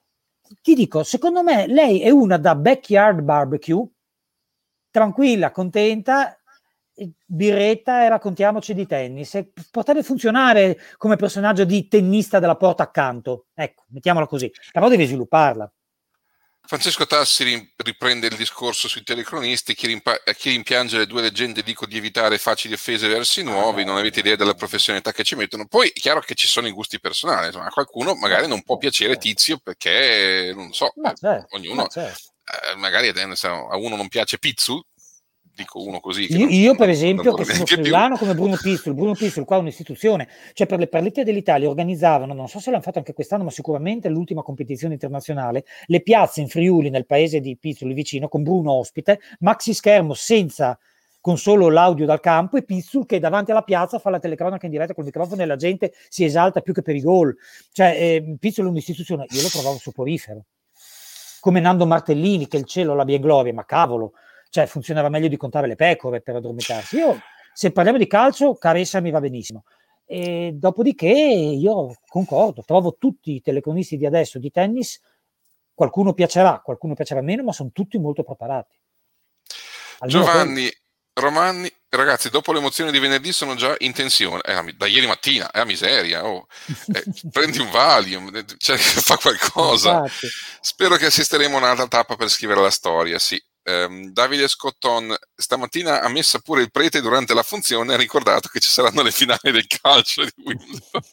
ti dico, secondo me lei è una da backyard barbecue, tranquilla, contenta, birretta e raccontiamoci di tennis. E potrebbe funzionare come personaggio di tennista della porta accanto, ecco, mettiamola così, però devi svilupparla. Francesco Tassi riprende il discorso sui telecronisti. Chi, rimpa- chi rimpiange le due leggende dico di evitare facili offese verso i nuovi, non avete idea della professionalità che ci mettono. Poi è chiaro che ci sono i gusti personali, insomma, a qualcuno magari non può piacere Tizio perché non so, ma certo, ognuno ma certo. eh, magari a uno non piace Pizzul, dico uno così. Che Io, non, io non, per esempio, che sono friulano più. come Bruno Pizzul, Bruno Pizzul qua è un'istituzione, cioè per le partite dell'Italia organizzavano, non so se l'hanno fatto anche quest'anno, ma sicuramente l'ultima competizione internazionale, le piazze in Friuli, nel paese di Pizzul vicino, con Bruno ospite, maxi schermo senza, con solo l'audio dal campo, e Pizzul che davanti alla piazza fa la telecronaca in diretta col microfono e la gente si esalta più che per i gol. Cioè eh, Pizzul è un'istituzione, io lo trovavo soporifero. Come Nando Martellini, che il cielo l'abbia in gloria, ma cavolo, cioè funzionava meglio di contare le pecore per addormentarsi. Io, se parliamo di calcio, Caressa mi va benissimo. E dopodiché io concordo, trovo tutti i telecronisti di adesso di tennis, qualcuno piacerà, qualcuno piacerà meno, ma sono tutti molto preparati. Almeno Giovanni quello. Romani, ragazzi, dopo le emozioni di venerdì sono già in tensione, eh, da ieri mattina, è a miseria, oh. eh, prendi un Valium, cioè, fa qualcosa. Infatti. Spero che assisteremo a un'altra tappa per scrivere la storia, sì. Um, Davide Scotton stamattina ha messo pure il prete durante la funzione e ha ricordato che ci saranno le finali del calcio di Wimbledon.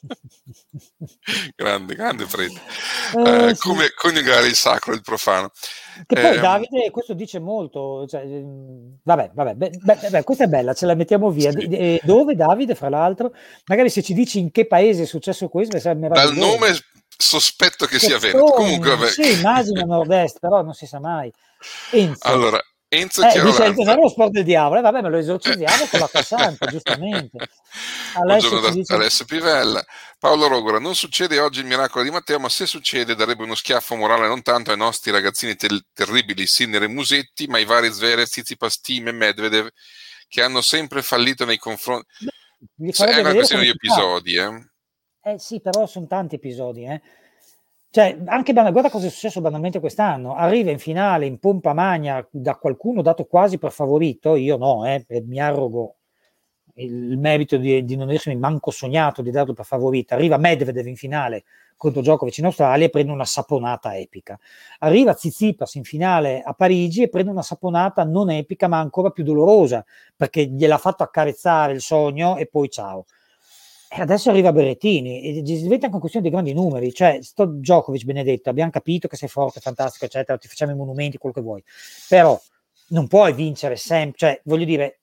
grande, grande prete. Eh, uh, sì. Come coniugare il sacro e il profano. Che poi um, Davide, questo dice molto, cioè, vabbè, vabbè, beh, beh, questa è bella, ce la mettiamo via. sì. E dove Davide, fra l'altro? Magari se ci dici in che paese è successo questo, sarebbe dal meraviglioso. nome sospetto che sia Costone, Veneto. Comunque, vabbè. sì, immagino nord-est, però non si sa mai. Enzo. Allora, Enzo Eh, dice il Chiarolanza. non è lo sport del diavolo, eh, vabbè, me lo esorcizziamo eh. con l'acqua santa, giustamente. Buongiorno da dice... Alessio Pivella. Paolo Rogora, non succede oggi il miracolo di Matteo, ma se succede darebbe uno schiaffo morale non tanto ai nostri ragazzini ter- terribili Sinner e Musetti, ma ai vari Zverev, Tsitsipas, Thiem e Medvedev, che hanno sempre fallito nei confronti. È una questione di episodi, eh? Eh sì, però sono tanti episodi, eh. Cioè, anche guarda cosa è successo banalmente quest'anno. Arriva in finale in pompa magna da qualcuno dato quasi per favorito, io no, eh, mi arrogo il merito di, di non essermi manco sognato di darlo per favorito. Arriva Medvedev in finale contro Djokovic in Australia e prende una saponata epica. Arriva Tsitsipas in finale a Parigi e prende una saponata non epica ma ancora più dolorosa, perché gliel'ha fatto accarezzare il sogno e poi ciao. E adesso arriva Berrettini e diventa anche una questione di grandi numeri, cioè sto Djokovic, benedetto, abbiamo capito che sei forte, fantastico, eccetera, ti facciamo i monumenti, quello che vuoi, però non puoi vincere sempre, cioè voglio dire,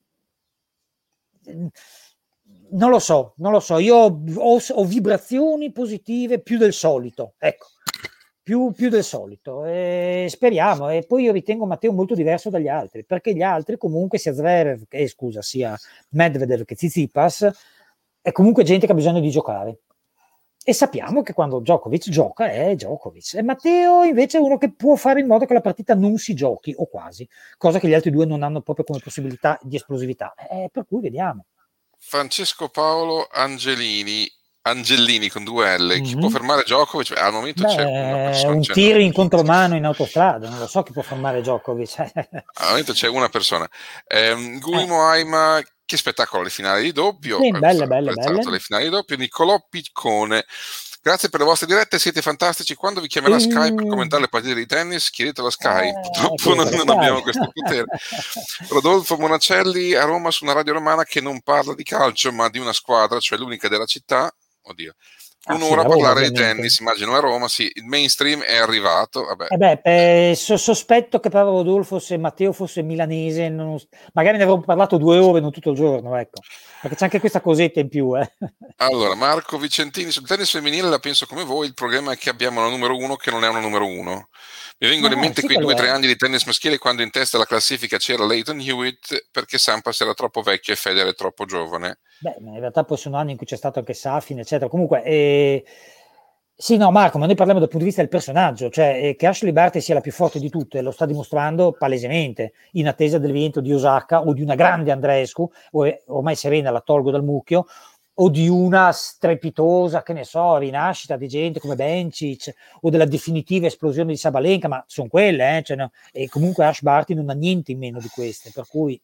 non lo so, non lo so, io ho, ho vibrazioni positive più del solito, ecco, più, più del solito, e speriamo, e poi io ritengo Matteo molto diverso dagli altri, perché gli altri comunque sia Zverev, eh, scusa, sia Medvedev che Tsitsipas, è comunque gente che ha bisogno di giocare. E sappiamo che quando Djokovic gioca è Djokovic. E Matteo invece è uno che può fare in modo che la partita non si giochi, o quasi, cosa che gli altri due non hanno proprio come possibilità di esplosività. Eh, per cui vediamo. Francesco Paolo Angelini, Angellini con due L, mm-hmm. Chi può fermare Djokovic? Beh, al momento Beh, c'è una persona. un tiro in contromano in autostrada, non lo so chi può fermare Djokovic. Al momento c'è una persona. Eh, Guimo eh. Aima, che spettacolo le finali di doppio. Sì, belle, belle, belle. Le finali di doppio. Nicolò Piccone, grazie per le vostre dirette, siete fantastici. Quando vi chiamerà mm. Sky per commentare le partite di tennis, chiedetelo a Sky. Eh, Purtroppo non, non abbiamo questo potere. Rodolfo Monacelli a Roma su una radio romana che non parla di calcio, ma di una squadra, cioè l'unica della città. Oddio. Un'ora ah, sì, a parlare Roma, di tennis, immagino a Roma, sì, il mainstream è arrivato. Vabbè. Eh beh, eh, so, sospetto che però Rodolfo, se Matteo fosse milanese, non, magari ne avremmo parlato due ore, non tutto il giorno, ecco, perché c'è anche questa cosetta in più. Eh. Allora, Marco Vicentini, sul tennis femminile la penso come voi, il problema è che abbiamo una numero uno che non è una numero uno. Mi vengono no, in mente sì, quei due o tre anni di tennis maschile quando in testa alla classifica c'era Leighton Hewitt perché Sampras era troppo vecchio e Federer troppo giovane. Beh, in realtà poi sono anni in cui c'è stato anche Safin, eccetera. Comunque, eh, sì, no, Marco, ma noi parliamo dal punto di vista del personaggio, cioè eh, che Ashley Barty sia la più forte di tutte, lo sta dimostrando palesemente, in attesa del viento di Osaka o di una grande Andreescu, o, ormai Serena la tolgo dal mucchio, o di una strepitosa, che ne so, rinascita di gente come Bencic, o della definitiva esplosione di Sabalenka, ma sono quelle, eh, cioè, no, e comunque Ash Barty non ha niente in meno di queste, per cui...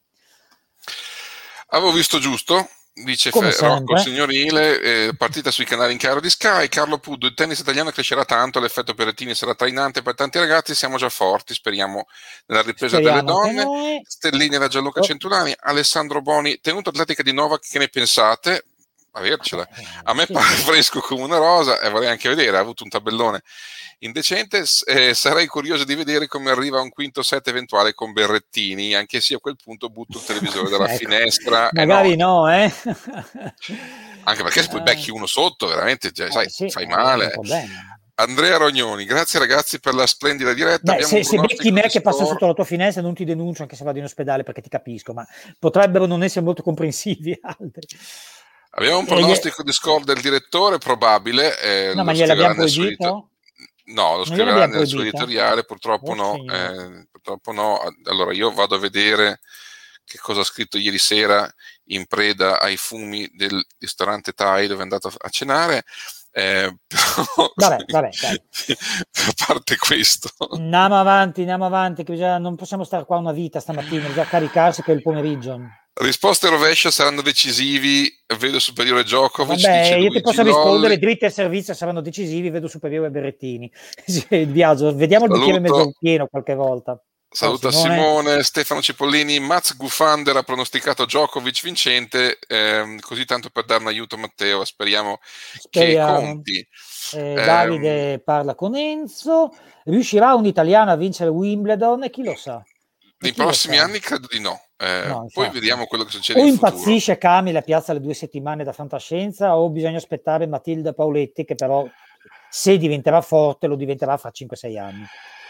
Avevo visto giusto? Dice Fe- Rocco Signorile, eh, partita sui canali in chiaro di Sky. Carlo Puddo, il tennis italiano crescerà tanto, l'effetto Berrettini sarà trainante per tanti ragazzi, siamo già forti, speriamo nella ripresa speriamo delle donne. Stellini da Gianluca oh. Centulani. Alessandro Boni, tenuto atletica di Novak, che ne pensate? avercela. A me pare fresco come una rosa e vorrei anche vedere, ha avuto un tabellone indecente. Eh, sarei curioso di vedere come arriva un quinto set eventuale con Berrettini, anche se a quel punto butto il televisore dalla ecco, finestra. magari eh no, no, eh? Anche perché se poi becchi uno sotto, veramente, cioè, eh, sai, sì, fai è male. un problema. Andrea Rognoni, grazie ragazzi per la splendida diretta. Beh, Abbiamo se, un se becchi me che passa score. sotto la tua finestra non ti denuncio anche se vado in ospedale, perché ti capisco, ma potrebbero non essere molto comprensivi altri. Abbiamo un pronostico eh, di score del direttore, probabile, eh, no, lo ma gliel'abbiamo scriverà nel suo edito- No, lo scriverà nel suo editoriale, purtroppo oh, no, eh, purtroppo no. Allora io vado a vedere che cosa ha scritto ieri sera in preda ai fumi del ristorante Thai dove è andato a cenare. Eh, però, vabbè, vabbè, dai. A parte questo, andiamo avanti, andiamo avanti, che già non possiamo stare qua una vita stamattina, bisogna caricarsi per il pomeriggio. Risposte rovescia saranno decisivi, vedo superiore Djokovic. Vabbè, dice io Luigi ti posso Lolli. rispondere dritti al servizio saranno decisivi, vedo superiore Berrettini. Viaggio, vediamo il bicchiere mezzo pieno qualche volta. Saluto a Simone. Stefano Cipollini. Mats Gufander ha pronosticato Djokovic vincente, ehm, così tanto per dare un aiuto a Matteo, speriamo, speriamo. che conti. Eh, Davide ehm, parla con Enzo. Riuscirà un italiano a vincere Wimbledon? E chi lo sa? Nei prossimi anni credo di no. Eh, no poi vediamo quello che succede o in impazzisce Camila e piazza le due settimane da fantascienza, o bisogna aspettare Matilda Pauletti, che però se diventerà forte lo diventerà fra cinque sei anni.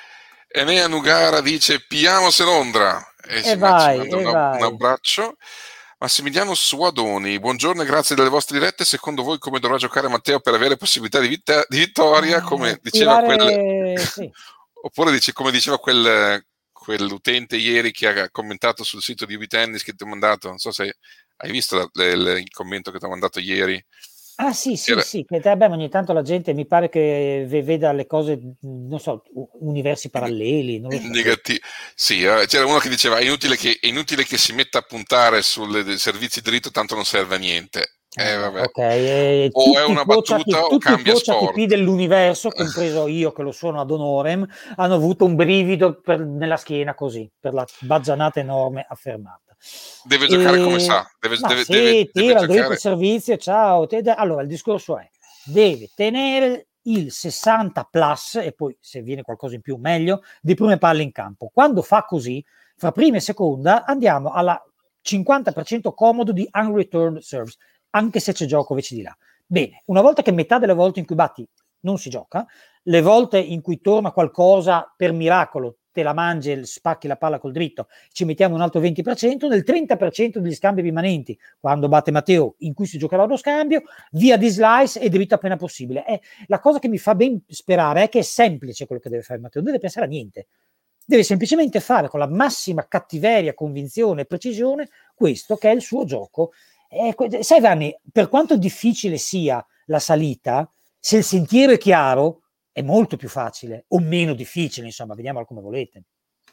Enea Nugara dice Piamos Londra e, e si vai, manda e una, un abbraccio. Massimiliano Suadoni, buongiorno e grazie delle vostre dirette. Secondo voi come dovrà giocare Matteo per avere possibilità di, vita, di vittoria? Come eh, diceva tirare... quel... sì. Oppure dice, come diceva quel, quell'utente ieri che ha commentato sul sito di Ubitennis che ti ho mandato, non so se hai visto la, le, le, il commento che ti ho mandato ieri. Ah sì, sì, Era... sì, che beh, ogni tanto la gente mi pare che veda le cose, non so, universi paralleli, non lo so. Negati- sì, eh, c'era uno che diceva è inutile che, è inutile che si metta a puntare sui servizi diritto, tanto non serve a niente. Eh, vabbè. Okay. O è una battuta tutti, o cambia sport. Tutti i dell'universo, compreso io che lo sono ad honorem, hanno avuto un brivido per, nella schiena così, per la baggianata enorme affermata. Deve giocare e... come sa, deve, ma deve, sì, deve, tira deve dritto il servizio, ciao. Allora il discorso è, deve tenere il sessanta plus, e poi se viene qualcosa in più meglio, di prime palle in campo. Quando fa così, fra prima e seconda andiamo alla cinquanta per cento comodo di unreturned serves, anche se c'è Djokovic di là. Bene, una volta che metà delle volte in cui batti non si gioca, le volte in cui torna qualcosa per miracolo, te la mangi e spacchi la palla col dritto, ci mettiamo un altro venti per cento, nel trenta per cento degli scambi rimanenti, quando batte Matteo, in cui si giocherà uno scambio, via di slice e dritto appena possibile. Eh, la cosa che mi fa ben sperare è che è semplice quello che deve fare Matteo, non deve pensare a niente. Deve semplicemente fare con la massima cattiveria, convinzione e precisione questo che è il suo gioco. Eh, sai Vanni, per quanto difficile sia la salita, se il sentiero è chiaro è molto più facile o meno difficile, insomma, vediamolo come volete.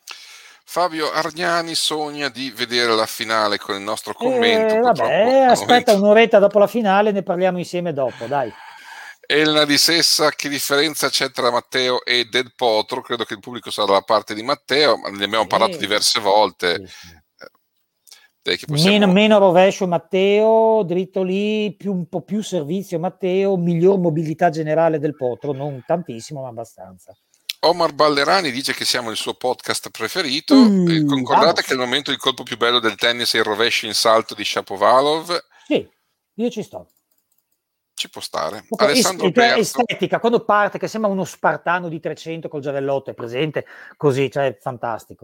Fabio Argnani sogna di vedere la finale con il nostro commento. Eh, vabbè, aspetta un'oretta dopo la finale, ne parliamo insieme dopo, dai. Elena di Sessa, che differenza c'è tra Matteo e Del Potro? Credo che il pubblico sarà dalla parte di Matteo, ma ne abbiamo parlato diverse volte. Sì, sì. Che possiamo... meno, meno rovescio Matteo, dritto lì, più, un po' più servizio Matteo, miglior mobilità generale Del Potro, non tantissimo ma abbastanza. Omar Ballerani dice che siamo il suo podcast preferito. Mm, concordate vamos. che al momento il colpo più bello del tennis è il rovescio in salto di Shapovalov? Sì, io ci sto. Ci può stare. Okay, Alessandro est- Berto. estetica, quando parte che sembra uno spartano di trecento col giavellotto, è presente? Così, cioè fantastico.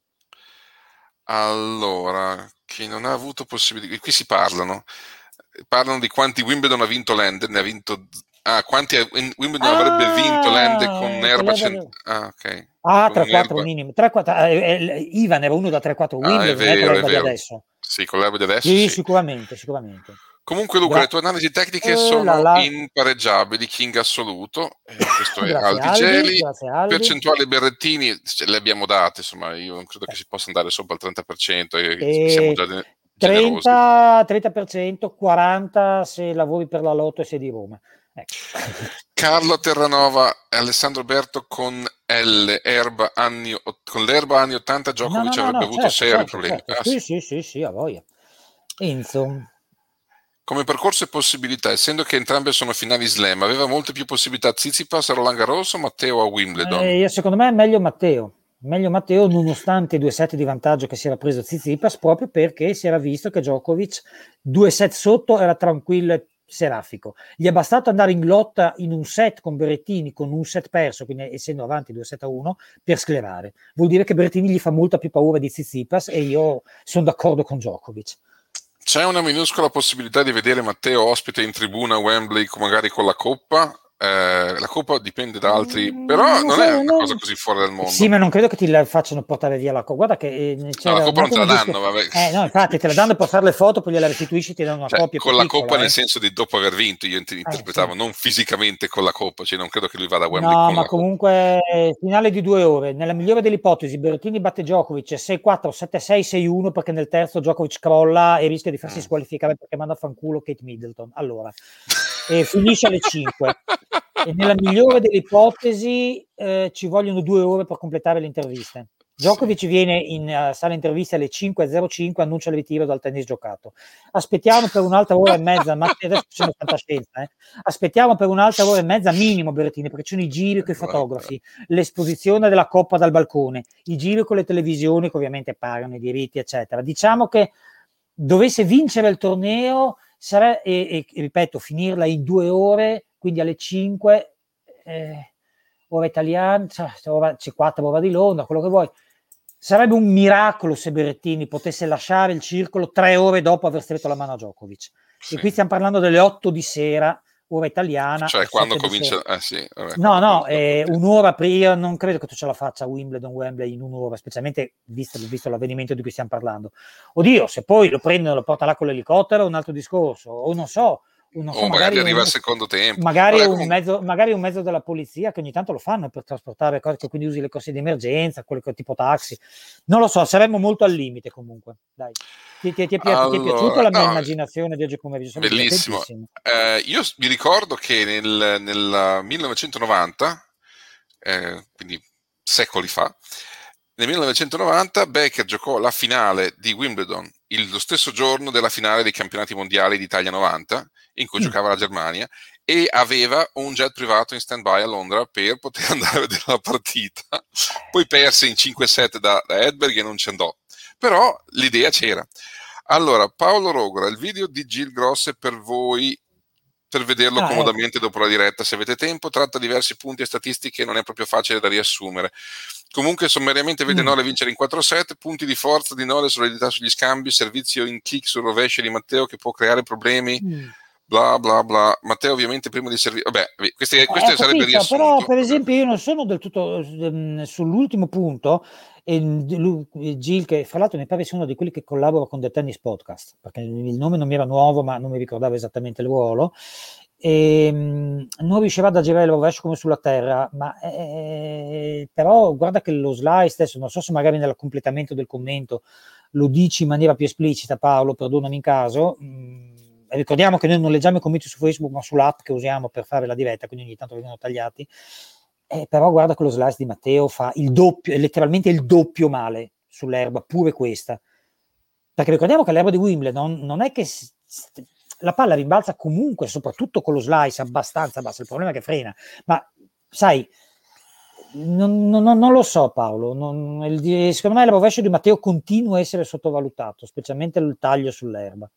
Allora, chi non ha avuto possibilità, qui si parlano, parlano di quanti Wimbledon ha vinto Land, ne ha vinto, ah, quanti Wimbledon ah, avrebbe vinto Land con erba, cent... ah, ok. Ah, tre quattro minimo, tre quattro, eh, Ivan era uno da tre quattro Wimbledon, ah, è vero, non è è con vero. Di adesso. Sì, con l'erba di adesso sì, sì. sicuramente, sicuramente. Comunque Luca, Gra- le tue analisi tecniche eh, sono la, la... impareggiabili, King assoluto, eh, questo è Aldi Geli, percentuali Berrettini le abbiamo date, insomma io non credo che si possa andare sopra il trenta per cento e, e siamo già generosi. trenta, trenta per cento, quaranta se lavori per la Lotto e sei di Roma. Ecco. Carlo Terranova e Alessandro Berto con L, erba anni, con l'erba anni ottanta Djokovic no, no, avrebbe no, avuto certo, seri certo, problemi. Certo. Ah, sì, sì, sì, sì, a voglia. Enzo. Come percorso e possibilità, essendo che entrambe sono finali slam, aveva molte più possibilità Tsitsipas a Roland Garros o Matteo a Wimbledon? Eh, io, secondo me è meglio Matteo. Meglio Matteo, nonostante i due set di vantaggio che si era preso Tsitsipas, proprio perché si era visto che Djokovic due set sotto era tranquillo e serafico. Gli è bastato andare in lotta in un set con Berrettini, con un set perso, quindi essendo avanti due set a uno, per sclerare. Vuol dire che Berrettini gli fa molta più paura di Tsitsipas e io sono d'accordo con Djokovic. C'è una minuscola possibilità di vedere Matteo ospite in tribuna a Wembley, magari con la Coppa? Eh, la Coppa dipende da altri, però non non so, è una non... cosa così fuori dal mondo. Sì, ma non credo che ti la facciano portare via la Coppa. Guarda che eh, No, la Coppa non te la danno, disco... vabbè. Eh, no, infatti te la danno per fare le foto, poi gliela restituisci, ti danno una cioè, coppia con più la piccola, Coppa eh. nel senso di dopo aver vinto, io interpretavo, eh, sì. non fisicamente con la Coppa, cioè non credo che lui vada a Wembley No, con ma la comunque eh, finale di due ore. Nella migliore delle ipotesi, Berrettini batte Djokovic sei quattro, sette sei, sei uno, perché nel terzo Djokovic crolla e rischia di farsi Mm. squalificare perché manda a fanculo Kate Middleton. Allora, e finisce alle cinque. E nella migliore delle ipotesi eh, ci vogliono due ore per completare le interviste. Djokovic Sì. viene in uh, sala interviste alle cinque e zero cinque, annuncia il ritiro dal tennis giocato. Aspettiamo per un'altra ora e mezza, ma adesso c'è fantascienza, eh. Aspettiamo per un'altra ora e mezza minimo, Berrettini, perché ci sono i giri con i fotografi, l'esposizione della Coppa dal balcone, i giri con le televisioni che ovviamente pagano i diritti, eccetera. Diciamo che dovesse vincere il torneo sare- e, e, ripeto, finirla in due ore, quindi alle cinque, eh, ora italiana, cioè, ora C quattro, ora di Londra, quello che vuoi. Sarebbe un miracolo se Berrettini potesse lasciare il circolo tre ore dopo aver stretto la mano a Djokovic. Sì. E qui stiamo parlando delle otto di sera, ora italiana. Cioè, quando comincia... Eh sì, vabbè, no, no, comincia eh, un'ora prima, non credo che tu ce la faccia a Wimbledon, Wembley in un'ora, specialmente visto, visto l'avvenimento di cui stiamo parlando. Oddio, se poi lo prendono e lo porta là con l'elicottero è un altro discorso, o non so, non so o magari, magari arriva un, al secondo tempo. Magari, Vabbè, un comunque... mezzo, magari un mezzo della polizia che ogni tanto lo fanno per trasportare cose, che quindi usi le corsie di emergenza, quelle tipo taxi. Non lo so, saremmo molto al limite comunque. Dai. Ti, ti, ti, è, allora, ti è piaciuta la mia no, immaginazione di oggi pomeriggio? Bellissimo. Eh, io mi ricordo che nel, nel millenovecentonovanta, eh, quindi secoli fa, nel millenovecentonovanta Becker giocò la finale di Wimbledon il, lo stesso giorno della finale dei campionati mondiali d'Italia novanta, in cui mm. giocava la Germania, e aveva un jet privato in stand-by a Londra per poter andare a vedere la partita. Poi perse in cinque set da, da Edberg e non ci andò. Però l'idea c'era. Allora, Paolo Rogora, il video di Gil Gross è per voi, per vederlo ah, comodamente ecco. Dopo la diretta, se avete tempo, tratta diversi punti e statistiche, non è proprio facile da riassumere. Comunque sommariamente vede mm. Nole vincere in quattro set, punti di forza di Nole, solidità sugli scambi, servizio in kick sul rovescio di Matteo che può creare problemi, mm. bla bla bla. Matteo ovviamente prima di servire, vabbè, queste, queste eh, sarebbe capito, riassunto. Però per esempio io non sono del tutto um, sull'ultimo punto, e Gil, che fra l'altro mi pare sia uno di quelli che collabora con The Tennis Podcast, perché il nome non mi era nuovo ma non mi ricordavo esattamente il ruolo, e um, non riusciva ad aggirare il rovescio come sulla terra, ma eh, però guarda che lo slice stesso, non so se magari nel completamento del commento lo dici in maniera più esplicita, Paolo, perdonami in caso. Mh, ricordiamo che noi non leggiamo i commenti su Facebook ma sull'app che usiamo per fare la diretta, quindi ogni tanto vengono tagliati. Eh, però guarda che lo slice di Matteo fa il doppio, è letteralmente il doppio male sull'erba, pure questa, perché ricordiamo che l'erba di Wimbledon non è che s- la palla rimbalza comunque, soprattutto con lo slice abbastanza basso, il problema è che frena, ma sai, non, non, non lo so Paolo, non, il, secondo me il rovescio di Matteo continua a essere sottovalutato, specialmente il taglio sull'erba.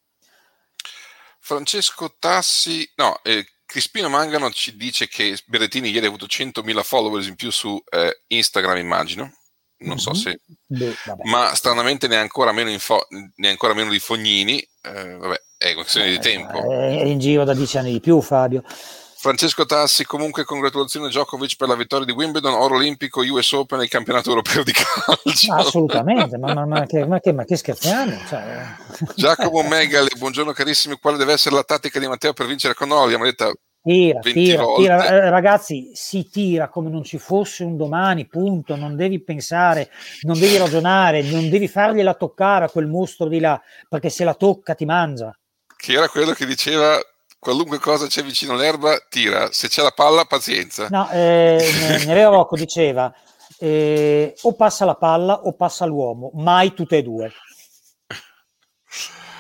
Francesco Tassi, no, eh, Crispino Mangano ci dice che Berrettini ieri ha avuto centomila followers in più su eh, Instagram, immagino. Non mm-hmm. so se... Beh, ma stranamente ne ha ancora meno, info, ne ha ancora meno di Fognini. Eh, vabbè, è questione eh, di tempo. È in giro da dieci anni di più, Fabio. Francesco Tassi, comunque congratulazioni a Djokovic per la vittoria di Wimbledon, oro olimpico, U S Open e il campionato europeo di calcio. Ma assolutamente, ma, ma, ma, che, ma, che, ma che scherziamo? Cioè... Giacomo Megale, buongiorno carissimi, quale deve essere la tattica di Matteo per vincere con Nole? Abbiamo detto tira, tira, tira. Eh, ragazzi, si tira come non ci fosse un domani, punto, non devi pensare, non devi ragionare, non devi fargliela toccare a quel mostro di là, perché se la tocca ti mangia. Che era quello che diceva... Qualunque cosa c'è vicino all'erba, tira. Se c'è la palla, pazienza. No, eh, Nereo Rocco diceva eh, o passa la palla o passa l'uomo, mai tutte e due.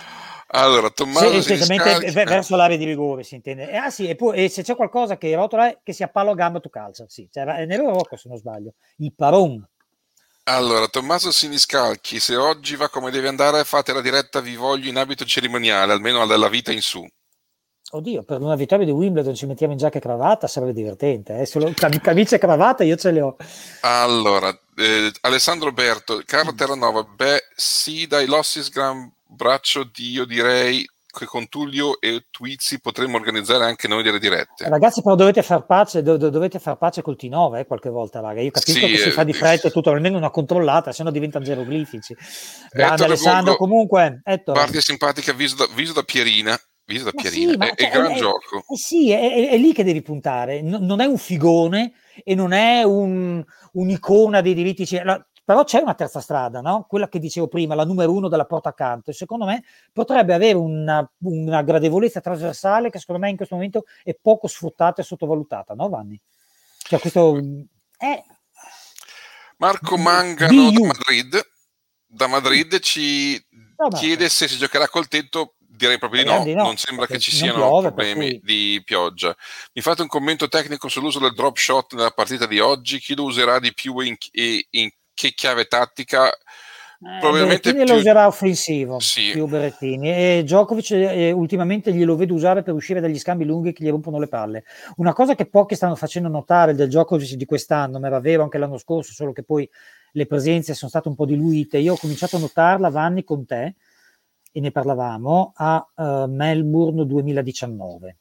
Allora, Tommaso se, si essenzialmente verso l'area di rigore, si intende. Eh, ah sì, e, poi, e se c'è qualcosa che rotola, che si appalla a gamba, tu calcia. Sì, cioè, è nero Rocco, se non sbaglio. Il paron. Allora, Tommaso Siniscalchi, se oggi va come deve andare, fate la diretta, vi voglio in abito cerimoniale, almeno dalla vita in su. Oddio, per una vittoria di Wimbledon ci mettiamo in giacca e cravatta, sarebbe divertente. Eh? Solo cam- camicia e cravatta io ce le ho. Allora, eh, Alessandro Berto, caro Terranova, beh, sì, dai Lossis, gran braccio di, io direi che con Tullio e Twizzi potremmo organizzare anche noi delle dirette. Ragazzi, però dovete far pace, do- dovete far pace col T nove eh, qualche volta, raga. Io capisco Sì, che si eh, fa di fretta e tutto, almeno una controllata, se no diventano geroglifici. Grande Ettore Alessandro, Borgo, comunque, Ettore. Bardia simpatica, viso da, viso da Pierina, viso da Ma Pierina, sì, ma è, è cioè, gran è, è- gioco. eh sì, è, è- è lì che devi puntare. N- non è un figone e non è un- un'icona dei diritti. ci- la- Però c'è una terza strada, no? Quella che dicevo prima, la numero uno della porta accanto. E secondo me potrebbe avere una, una gradevolezza trasversale che secondo me in questo momento è poco sfruttata e sottovalutata, no, Vanni? Cioè, questo è. Marco Mangano da B U. Madrid, da Madrid ci No, ma chiede se si giocherà col tetto. Direi proprio di no, speriamo di non no, sembra che perché ci non siano piove, per problemi cui. di pioggia. Mi fate un commento tecnico sull'uso del drop shot nella partita di oggi? Chi lo userà di più e in, e in che chiave tattica? Eh, Probabilmente Berrettini lo più. userà offensivo, Sì, più Berrettini, e Djokovic eh, ultimamente glielo vedo usare per uscire dagli scambi lunghi che gli rompono le palle. Una cosa che pochi stanno facendo notare del Djokovic di quest'anno, ma era vero anche l'anno scorso, solo che poi le presenze sono state un po' diluite. Io ho cominciato a notarla, Vanni, con te, e ne parlavamo, a uh, Melbourne duemiladiciannove.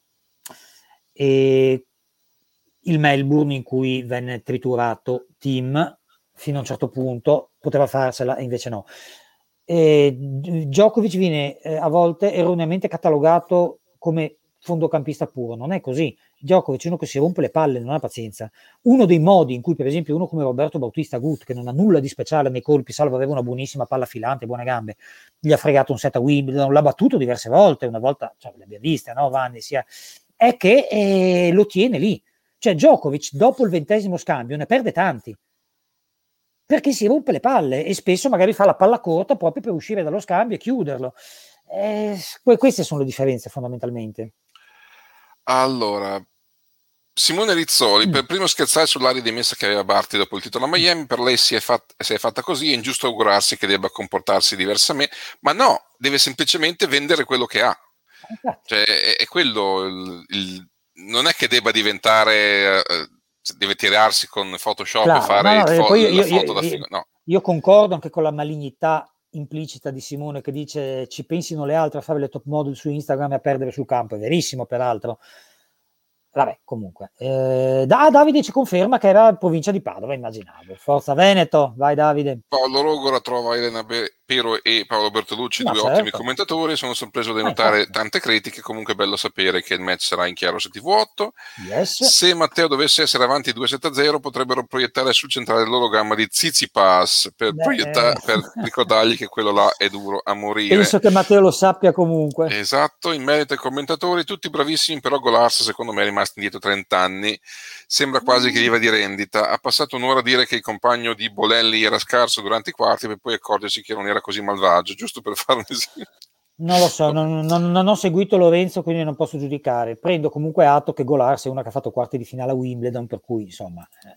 E il Melbourne in cui venne triturato Thiem fino a un certo punto, poteva farsela e invece no. E Djokovic viene eh, a volte erroneamente catalogato come fondocampista puro, non è così. Djokovic è uno che si rompe le palle, non ha pazienza. Uno dei modi in cui, per esempio, uno come Roberto Bautista Agut, che non ha nulla di speciale nei colpi, salvo aveva una buonissima palla filante, buone gambe, gli ha fregato un set a Wimbledon, l'ha battuto diverse volte, una volta, cioè, l'abbiamo vista, no, Vanni, sia, è che eh, lo tiene lì. Cioè Djokovic, dopo il ventesimo scambio, ne perde tanti, perché si rompe le palle e spesso magari fa la palla corta proprio per uscire dallo scambio e chiuderlo. Eh, queste sono le differenze fondamentalmente. allora, Simone Rizzoli, Mm. per primo scherzare sull'aria di messa che aveva Barty dopo il titolo a Miami, per lei si è, fat- si è fatta così, è ingiusto augurarsi che debba comportarsi diversamente, ma no, deve semplicemente vendere quello che ha. Cioè, è, è quello, il, il, non è che debba diventare, eh, deve tirarsi con Photoshop Claro, e fare no, il no, fo- poi io, la io, foto da io, figo. No. io concordo anche con la malignità implicita di Simone che dice ci pensino le altre a fare le top model su Instagram e a perdere sul campo, è verissimo peraltro. Vabbè, comunque. Eh, da, Davide ci conferma che era provincia di Padova, immaginavo. Forza Veneto, vai Davide. Paolo Rogora trova Elena Pero e Paolo Bertolucci, Ma due certo. ottimi commentatori. Sono sorpreso di Ma notare infatti. tante critiche. Comunque è bello sapere che il match sarà in chiaro su T V otto. Yes. Se Matteo dovesse essere avanti due sette a zero, potrebbero proiettare sul centrale l'ologramma di Tsitsipas per, Beh, eh. per ricordargli che quello là è duro a morire. Penso che Matteo lo sappia comunque. Esatto, in merito ai commentatori, tutti bravissimi, però Golars secondo me è rimasto indietro trenta anni, sembra quasi che gli va di rendita. Ha passato un'ora a dire che il compagno di Bolelli era scarso durante i quarti per poi accorgersi che non era così malvagio, giusto per fare un esempio. Non lo so, non, non, non ho seguito Lorenzo, quindi non posso giudicare. Prendo comunque atto che Golars è una che ha fatto quarti di finale a Wimbledon, per cui insomma... Eh.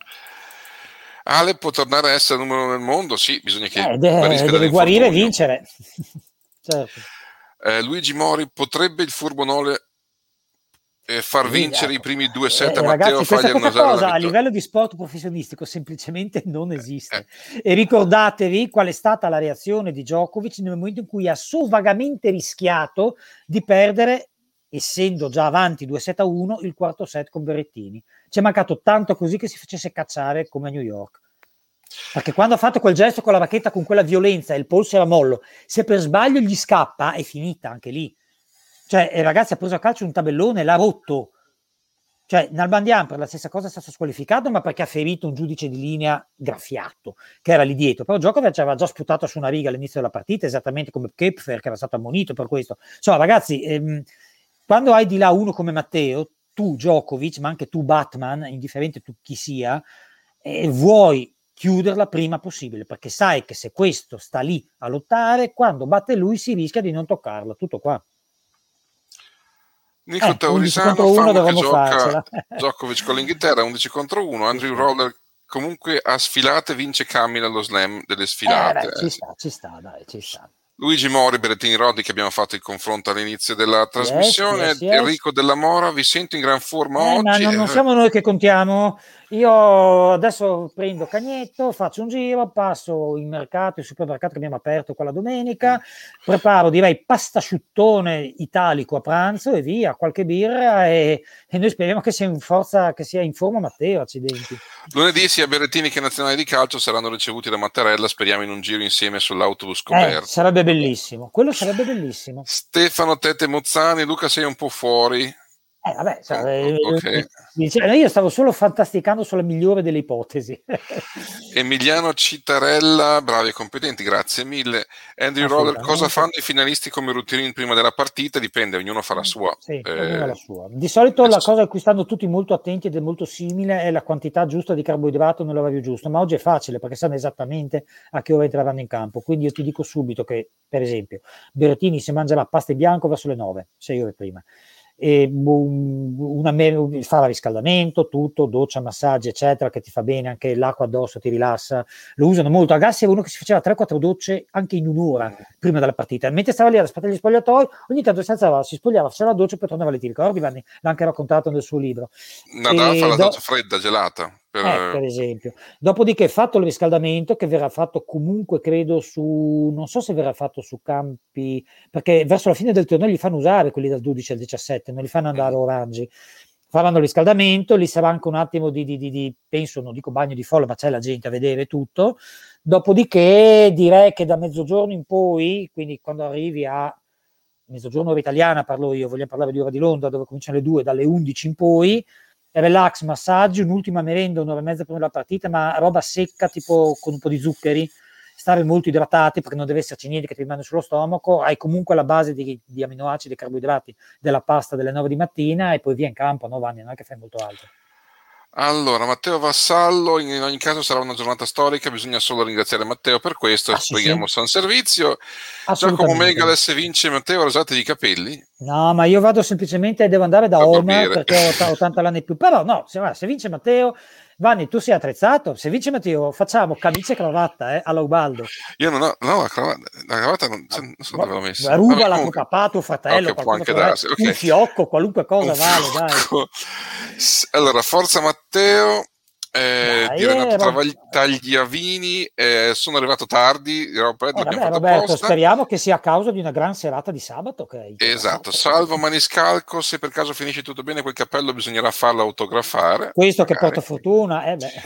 Ale può tornare a essere il numero uno nel mondo? Sì, bisogna che eh, de- deve guarire e vincere. Certo. Eh, Luigi Mori, potrebbe il Furbonole eh, far sì, vincere ecco. i primi due set eh, a Matteo ragazzi, e fargli questa, questa annusare la cosa a vittoria? livello di sport professionistico semplicemente non esiste. Eh, E ricordatevi qual è stata la reazione di Djokovic nel momento in cui ha so vagamente rischiato di perdere, essendo già avanti due sette a uno, il quarto set con Berrettini. Ci è mancato tanto così che si facesse cacciare come a New York. Perché quando ha fatto quel gesto con la racchetta con quella violenza e il polso era mollo, se per sbaglio gli scappa è finita anche lì. Cioè, il ragazzo ha preso a calcio un tabellone, l'ha rotto. Cioè, Nalbandian per la stessa cosa è stato squalificato, ma perché ha ferito un giudice di linea graffiato, che era lì dietro. Però Djokovic aveva già sputato su una riga all'inizio della partita, esattamente come Kepfer, che era stato ammonito per questo. Insomma, ragazzi, ehm, quando hai di là uno come Matteo, tu Djokovic, ma anche tu Batman, indifferente tu chi sia, eh, vuoi chiuderla prima possibile, perché sai che se questo sta lì a lottare, quando batte lui si rischia di non toccarlo, tutto qua. Nico Eh, Taurisano, Famo che gioca farcela. Djokovic con l'Inghilterra, undici contro uno, Andrew Roller comunque a sfilate vince Camila allo slam delle sfilate. Eh, beh, ci sta, ci sta, dai, ci sta. Luigi Mori, Berrettini Roddi, che abbiamo fatto il confronto all'inizio della trasmissione. Yes, yes, yes. Enrico Della Mora, vi sento in gran forma eh, oggi. Ma non, non siamo noi che contiamo. Io adesso prendo Cagnetto, faccio un giro, passo in mercato, il supermercato che abbiamo aperto quella domenica, preparo direi pastasciuttone italico a pranzo e via, qualche birra e, e noi speriamo che sia in forza, che sia in forma Matteo, accidenti. Lunedì sia Berrettini che Nazionale di Calcio saranno ricevuti da Mattarella, speriamo in un giro insieme sull'autobus coperto. Eh, sarebbe bellissimo, quello sarebbe bellissimo. Stefano Tete Mozzani, Luca sei un po' fuori. Eh, vabbè, cioè, oh, okay. eh, io stavo solo fantasticando sulla migliore delle ipotesi. Emiliano Citarella, bravi e competenti, grazie mille. Andrew Roller, cosa fanno i finalisti come routine prima della partita? Dipende, ognuno fa la sua. Sì, eh, ognuno la sua. Di solito la cosa a cui stanno tutti molto attenti ed è molto simile è la quantità giusta di carboidrato nell'orario giusto, ma oggi è facile perché sanno esattamente a che ora entreranno in campo. Quindi io ti dico subito che, per esempio, Berrettini si mangia la pasta in bianco verso le nove, sei ore prima. E una, fa riscaldamento, tutto, doccia, massaggi, eccetera, che ti fa bene, anche l'acqua addosso ti rilassa. Lo usano molto. Agassi era uno che si faceva tre quattro docce anche in un'ora prima della partita. Mentre stava lì ad aspettare gli spogliatoi, ogni tanto si alzava, si spogliava, faceva la doccia e poi tornava lì. Ti ricordi, Vanni? L'ha anche raccontato nel suo libro. Nadal fa la do- doccia fredda, gelata. Per... Eh, per esempio. Dopodiché fatto il riscaldamento, che verrà fatto comunque, credo, su, non so se verrà fatto su campi, perché verso la fine del torneo li fanno usare quelli dal dodici al diciassette, non li fanno andare orangi. Faranno il riscaldamento, lì sarà anche un attimo di, di, di, di penso, non dico bagno di folla, ma c'è la gente a vedere tutto. Dopodiché direi che da mezzogiorno in poi, quindi quando arrivi a mezzogiorno ora italiana, parlo io, vogliamo parlare di ora di Londra, dove cominciano le due, dalle undici in poi, relax, massaggi, un'ultima merenda, un'ora e mezza prima della partita, ma roba secca, tipo con un po' di zuccheri, stare molto idratati perché non deve esserci niente che ti rimane sullo stomaco, hai comunque la base di, di aminoacidi e carboidrati della pasta delle nove di mattina e poi via in campo, no Vanni, non è che fai molto altro. Allora, Matteo Vassallo, in ogni caso sarà una giornata storica, bisogna solo ringraziare Matteo per questo, ah, sì, preghiamo sì. San Servizio. Giacomo Megales vince, Matteo, rasate i capelli? No, ma io vado semplicemente, devo andare da Omar perché ho ottanta anni più, però no, se, se vince Matteo, Vanni, tu sei attrezzato, se vince Matteo facciamo camicia e cravatta, eh, alla Ubaldo. Io non ho, no, la cravatta, la cravatta non, non so dove l'ho messa. Ruba la tuo papà, tuo fratello, okay, può anche darsi. Okay. Un fiocco, qualunque cosa un vale, fiocco. dai. Allora, forza Matteo. Eh, di Renato Travagli- Tagliavini, eh, sono arrivato tardi, Roberto, eh, vabbè, Roberto, speriamo che sia a causa di una gran serata di sabato. Okay. Esatto, salvo Maniscalco, se per caso finisce tutto bene quel cappello bisognerà farlo autografare. Questo magari. Che porta fortuna. Eh beh.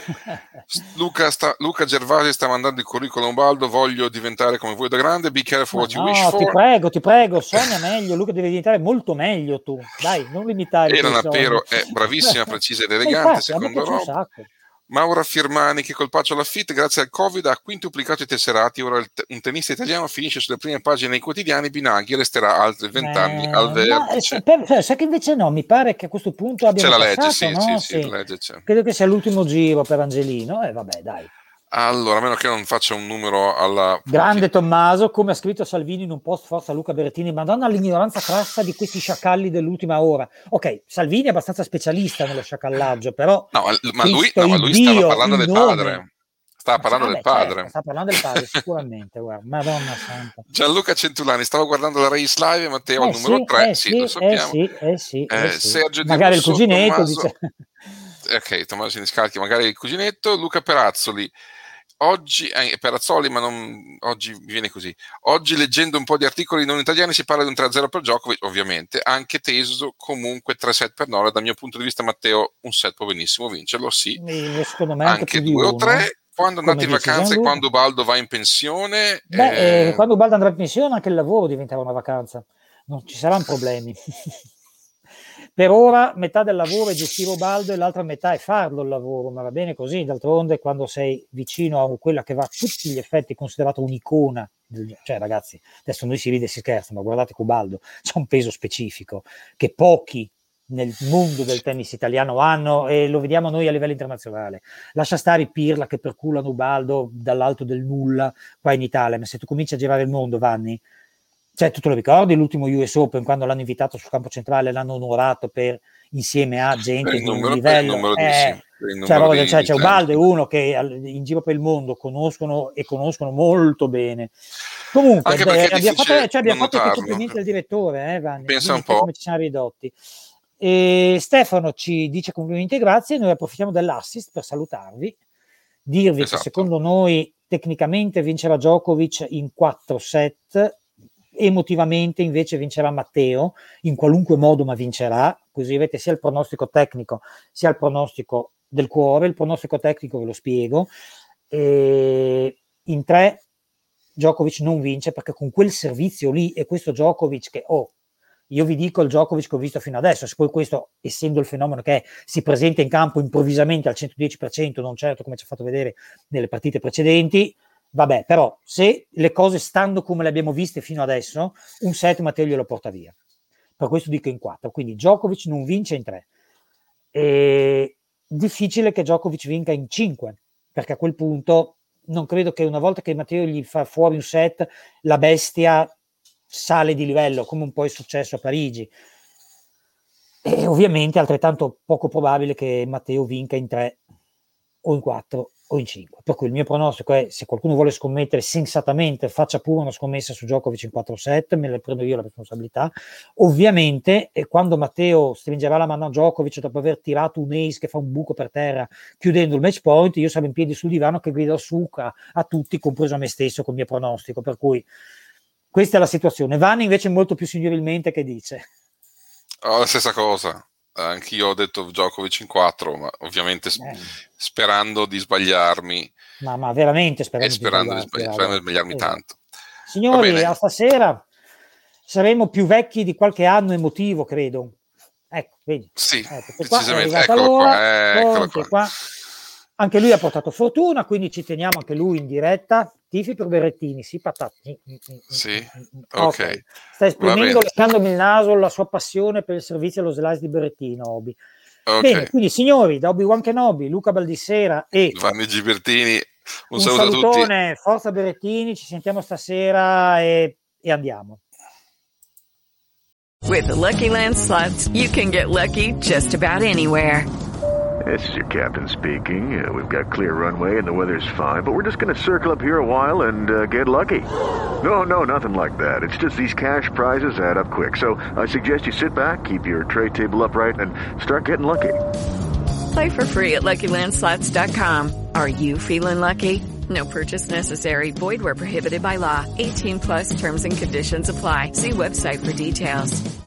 Luca, sta, Luca Gervasi sta mandando il curriculum Baldo, voglio diventare come voi da grande, be careful what no, you wish for. Ti prego, ti prego, sogna meglio, Luca devi diventare molto meglio tu, dai, non limitare. Elena Pero è bravissima, precisa ed elegante, infatti, secondo Rob. Maura Firmani che colpaccio alla Fit grazie al Covid ha quintuplicato i tesserati, ora te- un tennista italiano finisce sulle prime pagine dei quotidiani, Binaghi resterà altri vent'anni eh, al vertice. Ma, sai che invece no, mi pare che a questo punto abbiamo c'è la passato, legge, sì, no? sì, sì. sì, la legge c'è. Credo che sia l'ultimo giro per Angelino e eh, vabbè dai. Allora, a meno che non faccia un numero alla... Grande Tommaso, come ha scritto Salvini in un post, forza Luca Berrettini, madonna l'ignoranza crassa di questi sciacalli dell'ultima ora. Ok, Salvini è abbastanza specialista nello sciacallaggio, però... No, ma lui, no, ma lui stava parlando del nome. padre. Stava parlando ah, del beh, padre. Certo, stava parlando del padre, sicuramente, guarda. Madonna santa. Gianluca Centulani, stavo guardando la Race Live, Matteo eh al numero sì, tre, eh sì, sì, lo sappiamo. Eh sì, eh sì, eh sì. Sergio magari Di Russo, il cuginetto Tommaso, dice... Ok, Tommaso Siniscalchi, magari il cuginetto. Luca Perazzoli, oggi, eh, Perazzoli, ma non, oggi viene così. Oggi leggendo un po' di articoli non italiani si parla di un tre a zero per Djokovic, ovviamente, anche teso comunque tre set per Nora. Dal mio punto di vista, Matteo, un set può benissimo vincerlo, sì. Secondo me anche, anche due o tre. Quando andate in vacanza e quando Ubaldo va in pensione? Beh, eh... quando Ubaldo andrà in pensione anche il lavoro diventerà una vacanza, non ci saranno problemi. Per ora metà del lavoro è gestire Ubaldo e l'altra metà è farlo il lavoro, ma va bene così, d'altronde quando sei vicino a quella che va a tutti gli effetti considerata un'icona, cioè ragazzi, adesso noi si ride e si scherza, ma guardate che Ubaldo c'ha un peso specifico che pochi nel mondo del tennis italiano hanno, e lo vediamo noi a livello internazionale. Lascia stare i Pirla che perculano Ubaldo dall'alto del nulla qua in Italia, ma se tu cominci a girare il mondo, Vanni, cioè tu te lo ricordi l'ultimo U S Open quando l'hanno invitato sul campo centrale, l'hanno onorato per insieme a gente di un livello, eh, cioè, di, cioè, c'è Ubaldo è uno che in giro per il mondo conoscono e conoscono molto bene. Comunque eh, abbiamo fatto, cioè, abbiamo fatto i complimenti al direttore, eh, Vanni, pensa un po' come ci siamo ridotti. E Stefano ci dice complimenti e grazie, noi approfittiamo dell'assist per salutarvi, dirvi esatto. che secondo noi tecnicamente vincerà Djokovic in quattro set, emotivamente invece vincerà Matteo in qualunque modo, ma vincerà, così avete sia il pronostico tecnico sia il pronostico del cuore. Il pronostico tecnico ve lo spiego, e in tre Djokovic non vince, perché con quel servizio lì, e questo Djokovic che oh, io vi dico il Djokovic che ho visto fino adesso, se poi questo, essendo il fenomeno che è, si presenta in campo improvvisamente al centodieci per cento, non certo come ci ha fatto vedere nelle partite precedenti, vabbè, però se le cose stanno come le abbiamo viste fino adesso, un set Matteo glielo porta via. Per questo dico in quattro, quindi Djokovic non vince in tre. E difficile che Djokovic vinca in cinque, perché a quel punto non credo che una volta che Matteo gli fa fuori un set, la bestia sale di livello, come un po' è successo a Parigi. E ovviamente altrettanto poco probabile che Matteo vinca in tre o in quattro o in cinque, per cui il mio pronostico è, se qualcuno vuole scommettere sensatamente, faccia pure una scommessa su Djokovic in quattro set, me ne prendo io la responsabilità ovviamente, e quando Matteo stringerà la mano a Djokovic dopo aver tirato un ace che fa un buco per terra chiudendo il match point, io sarò in piedi sul divano che grida su a, a tutti, compreso a me stesso col mio pronostico, per cui questa è la situazione. Vanni invece molto più signorilmente che dice oh, la stessa cosa. Anch'io ho detto Djokovic in quattro, ma ovviamente eh. sperando di sbagliarmi. Ma, ma veramente sperando, e sperando di, sbagli- sperando di sbagliarmi esatto. tanto. Signori, a stasera saremo più vecchi di qualche anno emotivo, credo. Ecco, vedi. Sì, ecco, precisamente. Qua, eccolo qua, eccolo qua. qua. Anche lui ha portato fortuna, quindi ci teniamo anche lui in diretta. Tifi per Berrettini, sì, patati. Sì, ok. okay. Sta esprimendo, leccandomi il naso, la sua passione per il servizio allo slice di Berrettino, Obi. Okay. Bene, quindi signori, da Obi-Wan Kenobi, Luca Baldissera e Vanni Gibertini, un, un saluto salutone, a tutti. Forza Berrettini, ci sentiamo stasera e, e andiamo. With the Lucky Land Slots, you can get lucky just about anywhere. This is your captain speaking. Uh, we've got clear runway and the weather's fine, but we're just going to circle up here a while and uh, get lucky. No, no, nothing like that. It's just these cash prizes add up quick. So I suggest you sit back, keep your tray table upright, and start getting lucky. Play for free at Lucky Land Slots dot com. Are you feeling lucky? No purchase necessary. Void where prohibited by law. eighteen plus terms and conditions apply. See website for details.